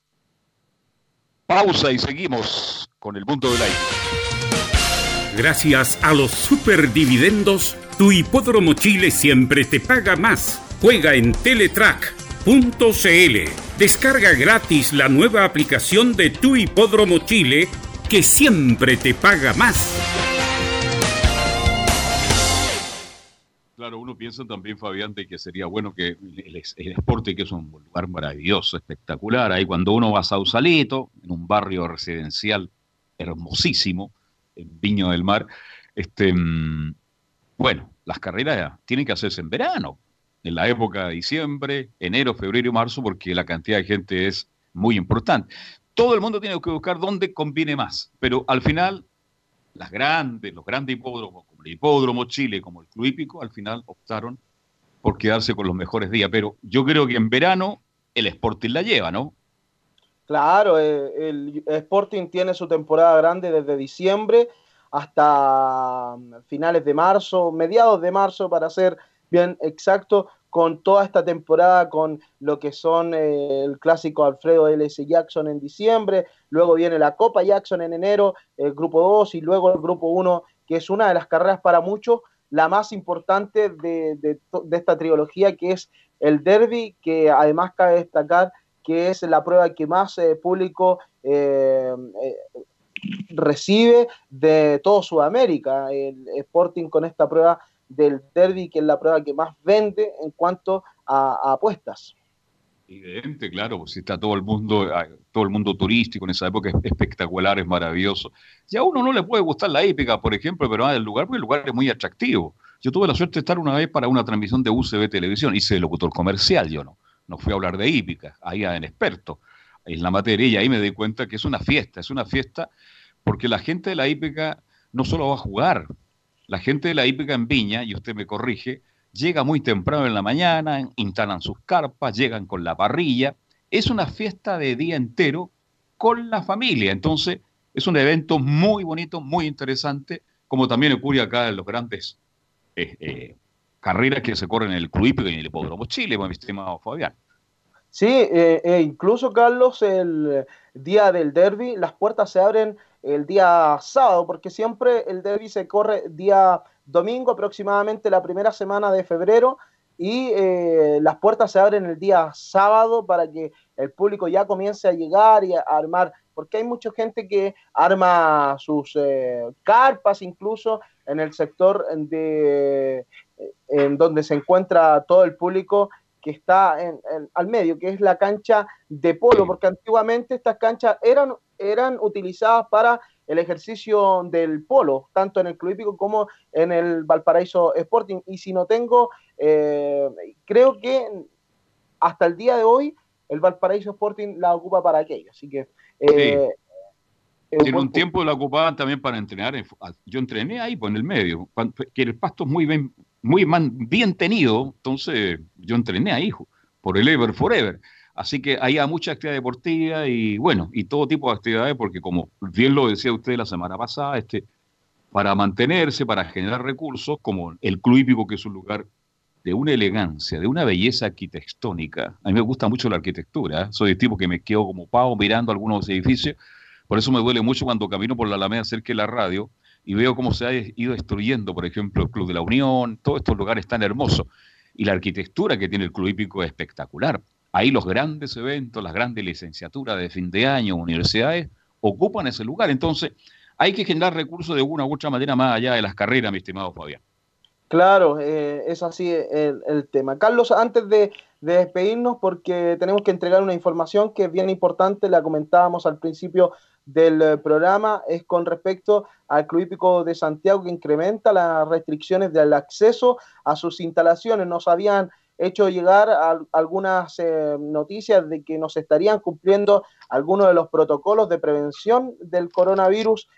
Pausa y seguimos con el punto del aire. Gracias a los superdividendos, tu Hipódromo Chile siempre te paga más. Juega en teletrack punto c l. Descarga gratis la nueva aplicación de tu Hipódromo Chile, que siempre te paga más. Claro, uno piensa también, Fabián, de que sería bueno que el, el Esporte, que es un lugar maravilloso, espectacular, ahí cuando uno va a Sausalito, en un barrio residencial hermosísimo, en Viña del Mar, este, bueno, las carreras tienen que hacerse en verano, en la época de diciembre, enero, febrero y marzo, porque la cantidad de gente es muy importante. Todo el mundo tiene que buscar dónde conviene más, pero al final, las grandes, los grandes hipódromos, como el Hipódromo Chile, como el Club Hípico, al final optaron por quedarse con los mejores días. Pero yo creo que en verano el Sporting la lleva, ¿no? Claro, eh, el Sporting tiene su temporada grande desde diciembre hasta finales de marzo, mediados de marzo para ser bien exacto, con toda esta temporada, con lo que son eh, el clásico Alfredo L S Jackson en diciembre, luego viene la Copa Jackson en enero, el grupo dos y luego el grupo uno, que es una de las carreras para muchos, la más importante de, de, de esta trilogía, que es el Derby, que además cabe destacar que es la prueba que más eh, público eh, eh, recibe de todo Sudamérica. El Sporting con esta prueba del Derby, que es la prueba que más vende en cuanto a, a apuestas. Evidente, claro, pues está todo el mundo, todo el mundo turístico en esa época, es espectacular, es maravilloso. Y a uno no le puede gustar la hípica, por ejemplo, pero ah, el lugar, porque el lugar es muy atractivo. Yo tuve la suerte de estar una vez para una transmisión de U C B Televisión, hice locutor comercial, yo no, no fui a hablar de hípica, ahí en experto en la materia, y ahí me di cuenta que es una fiesta, es una fiesta porque la gente de la hípica no solo va a jugar, la gente de la hípica en Viña, y usted me corrige, llega muy temprano en la mañana, instalan sus carpas, llegan con la parrilla. Es una fiesta de día entero con la familia. Entonces, es un evento muy bonito, muy interesante, como también ocurre acá en los grandes eh, eh, carreras que se corren en el Club Hípico y en el Hipódromo Chile, mi estimado Fabián. Sí, eh, eh, incluso, Carlos, el día del Derby, las puertas se abren el día sábado, porque siempre el Derby se corre día domingo, aproximadamente la primera semana de febrero, y eh, las puertas se abren el día sábado para que el público ya comience a llegar y a armar, porque hay mucha gente que arma sus eh, carpas incluso en el sector de, en donde se encuentra todo el público que está en, en, al medio, que es la cancha de polo, porque antiguamente estas canchas eran, eran utilizadas para el ejercicio del polo, tanto en el Club Hípico como en el Valparaíso Sporting. Y si no tengo, eh, creo que hasta el día de hoy el Valparaíso Sporting la ocupa para aquello. Así que... Eh, sí. En un tiempo la ocupaban también para entrenar. Yo entrené ahí, pues en el medio, que el pasto es muy bien, muy bien tenido, entonces yo entrené ahí, por el Ever Forever. Así que ahí hay mucha actividad deportiva y bueno, y todo tipo de actividades, porque como bien lo decía usted la semana pasada, este, para mantenerse, para generar recursos, como el Club Hípico, que es un lugar de una elegancia, de una belleza arquitectónica. A mí me gusta mucho la arquitectura, ¿eh? Soy el tipo que me quedo como pavo mirando algunos edificios, por eso me duele mucho cuando camino por la Alameda cerca de la radio y veo cómo se ha ido destruyendo, por ejemplo, el Club de la Unión, todos estos lugares tan hermosos. Y la arquitectura que tiene el Club Hípico es espectacular. Ahí los grandes eventos, las grandes licenciaturas de fin de año, universidades, ocupan ese lugar. Entonces, hay que generar recursos de una u otra manera más allá de las carreras, mi estimado Fabián. Claro, eh, es así el, el tema. Carlos, antes de, de despedirnos, porque tenemos que entregar una información que es bien importante, la comentábamos al principio del programa, es con respecto al Club Hípico de Santiago, que incrementa las restricciones del acceso a sus instalaciones. Nos habían hecho llegar a algunas eh, noticias de que nos estarían cumpliendo algunos de los protocolos de prevención del coronavirus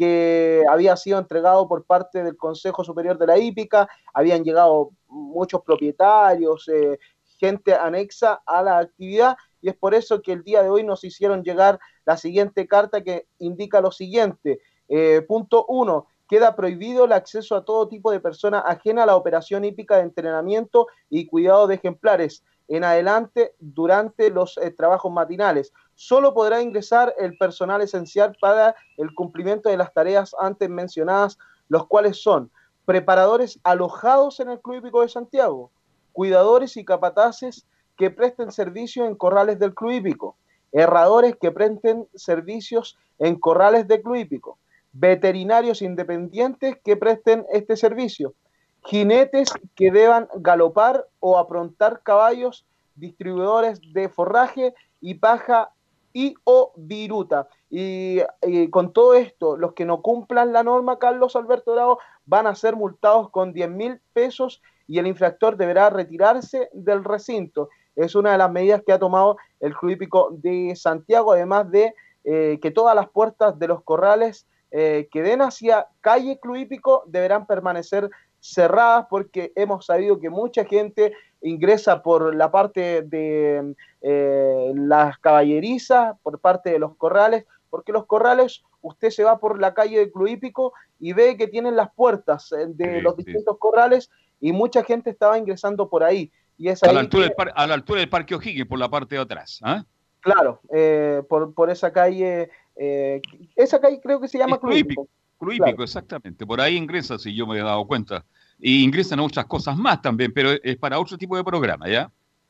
que había sido entregado por parte del Consejo Superior de la Hípica. Habían llegado muchos propietarios, eh, gente anexa a la actividad, y es por eso que el día de hoy nos hicieron llegar la siguiente carta que indica lo siguiente. Eh, punto uno. Queda prohibido el acceso a todo tipo de persona ajena a la operación hípica de entrenamiento y cuidado de ejemplares en adelante durante los eh, trabajos matinales. Solo podrá ingresar el personal esencial para el cumplimiento de las tareas antes mencionadas, los cuales son preparadores alojados en el Club Hípico de Santiago, cuidadores y capataces que presten servicio en corrales del Club Hípico, herradores que presten servicios en corrales del Club Hípico, veterinarios independientes que presten este servicio, jinetes que deban galopar o aprontar caballos, distribuidores de forraje y paja y o viruta. Y, y con todo esto, los que no cumplan la norma, Carlos Alberto Bravo, van a ser multados con diez mil pesos y el infractor deberá retirarse del recinto. Es una de las medidas que ha tomado el Club Hípico de Santiago, además de eh, que todas las puertas de los corrales eh, que den hacia calle Club Hípico deberán permanecer cerradas, porque hemos sabido que mucha gente ingresa por la parte de eh, las caballerizas, por parte de los corrales, porque los corrales usted se va por la calle de Club Hípico y ve que tienen las puertas de sí, los sí. distintos corrales y mucha gente estaba ingresando por ahí. Y es a, ahí la altura que, del par, a la altura del Parque O'Higgins, por la parte de atrás. ¿eh? Claro, eh, por, por esa calle, eh, esa calle creo que se llama Club Hípico. Club Hípico, Claro. exactamente. Por ahí ingresa, si yo me he dado cuenta. Y ingresan a otras cosas más también, pero es para otro tipo de programa, ¿ya?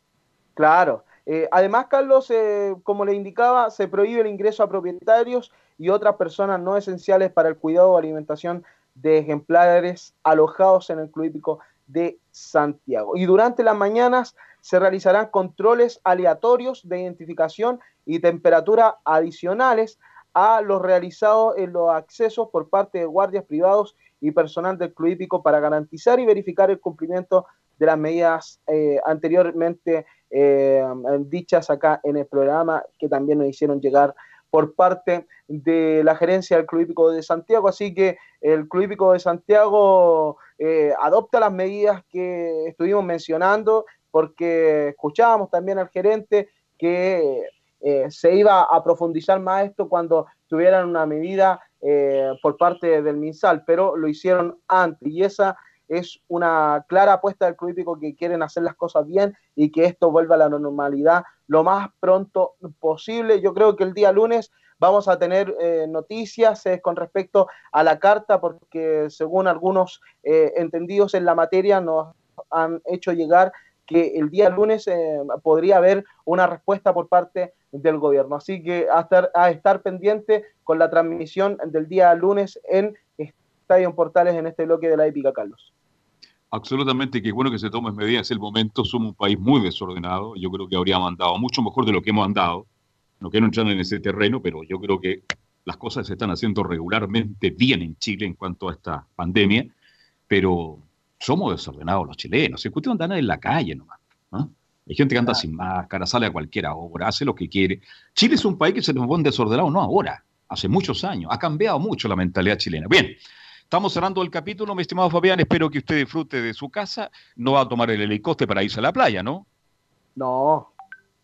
Claro. Eh, además, Carlos, eh, como le indicaba, se prohíbe el ingreso a propietarios y otras personas no esenciales para el cuidado o alimentación de ejemplares alojados en el Club Hípico de Santiago. Y durante las mañanas se realizarán controles aleatorios de identificación y temperatura adicionales a los realizados en los accesos por parte de guardias privados y personal del Club Hípico para garantizar y verificar el cumplimiento de las medidas eh, anteriormente eh, dichas acá en el programa, que también nos hicieron llegar por parte de la gerencia del Club Hípico de Santiago. Así que el Club Hípico de Santiago eh, adopta las medidas que estuvimos mencionando, porque escuchábamos también al gerente que eh, se iba a profundizar más esto cuando tuvieran una medida eh, por parte del MinSal, pero lo hicieron antes, y esa es una clara apuesta del Club Hípico, que quieren hacer las cosas bien y que esto vuelva a la normalidad lo más pronto posible. Yo creo que el día lunes vamos a tener eh, noticias eh, con respecto a la carta, porque según algunos eh, entendidos en la materia nos han hecho llegar que el día lunes eh, podría haber una respuesta por parte del gobierno. Así que a estar, a estar pendiente con la transmisión del día lunes en Estadio Portales, en este bloque de la hípica, Carlos. Absolutamente, que bueno que se tomen medidas, es el momento. Somos un país muy desordenado. Yo creo que habríamos andado mucho mejor de lo que hemos andado. No quiero entrar en ese terreno, pero yo creo que las cosas se están haciendo regularmente bien en Chile en cuanto a esta pandemia, pero somos desordenados los chilenos. Si usted anda en la calle nomás, ¿no? Hay gente que anda sin máscara, sale a cualquier hora, hace lo que quiere. Chile es un país que se nos pone desordenado, no ahora, hace muchos años. Ha cambiado mucho la mentalidad chilena. Bien, estamos cerrando el capítulo, mi estimado Fabián. Espero que usted disfrute de su casa. No va a tomar el helicóptero para irse a la playa, ¿no? No.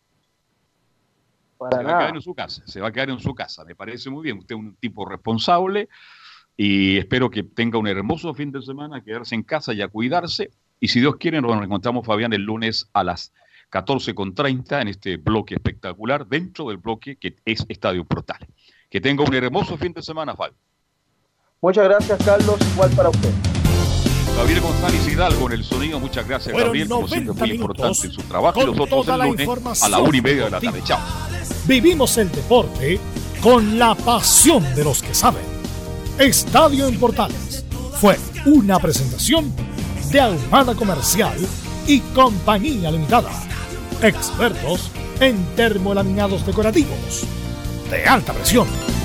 Para se nada. va a quedar en su casa, se va a quedar en su casa. Me parece muy bien. Usted es un tipo responsable y espero que tenga un hermoso fin de semana, a quedarse en casa y a cuidarse. Y si Dios quiere, nos encontramos, Fabián, el lunes a las catorce con treinta en este bloque espectacular, dentro del bloque que es Estadio Portales. Que tenga un hermoso fin de semana, Fabio. Muchas gracias, Carlos. Igual para usted. Gabriel González Hidalgo en el sonido. Muchas gracias, Fueron Gabriel. Como siempre, muy importante en su trabajo. Y con nosotros toda el la lunes información a la una y media de la tarde. Chao. Vivimos el deporte con la pasión de los que saben. Estadio en Portales fue una presentación de Ahumada Comercial y Compañía Limitada. Expertos en termolaminados decorativos de alta presión.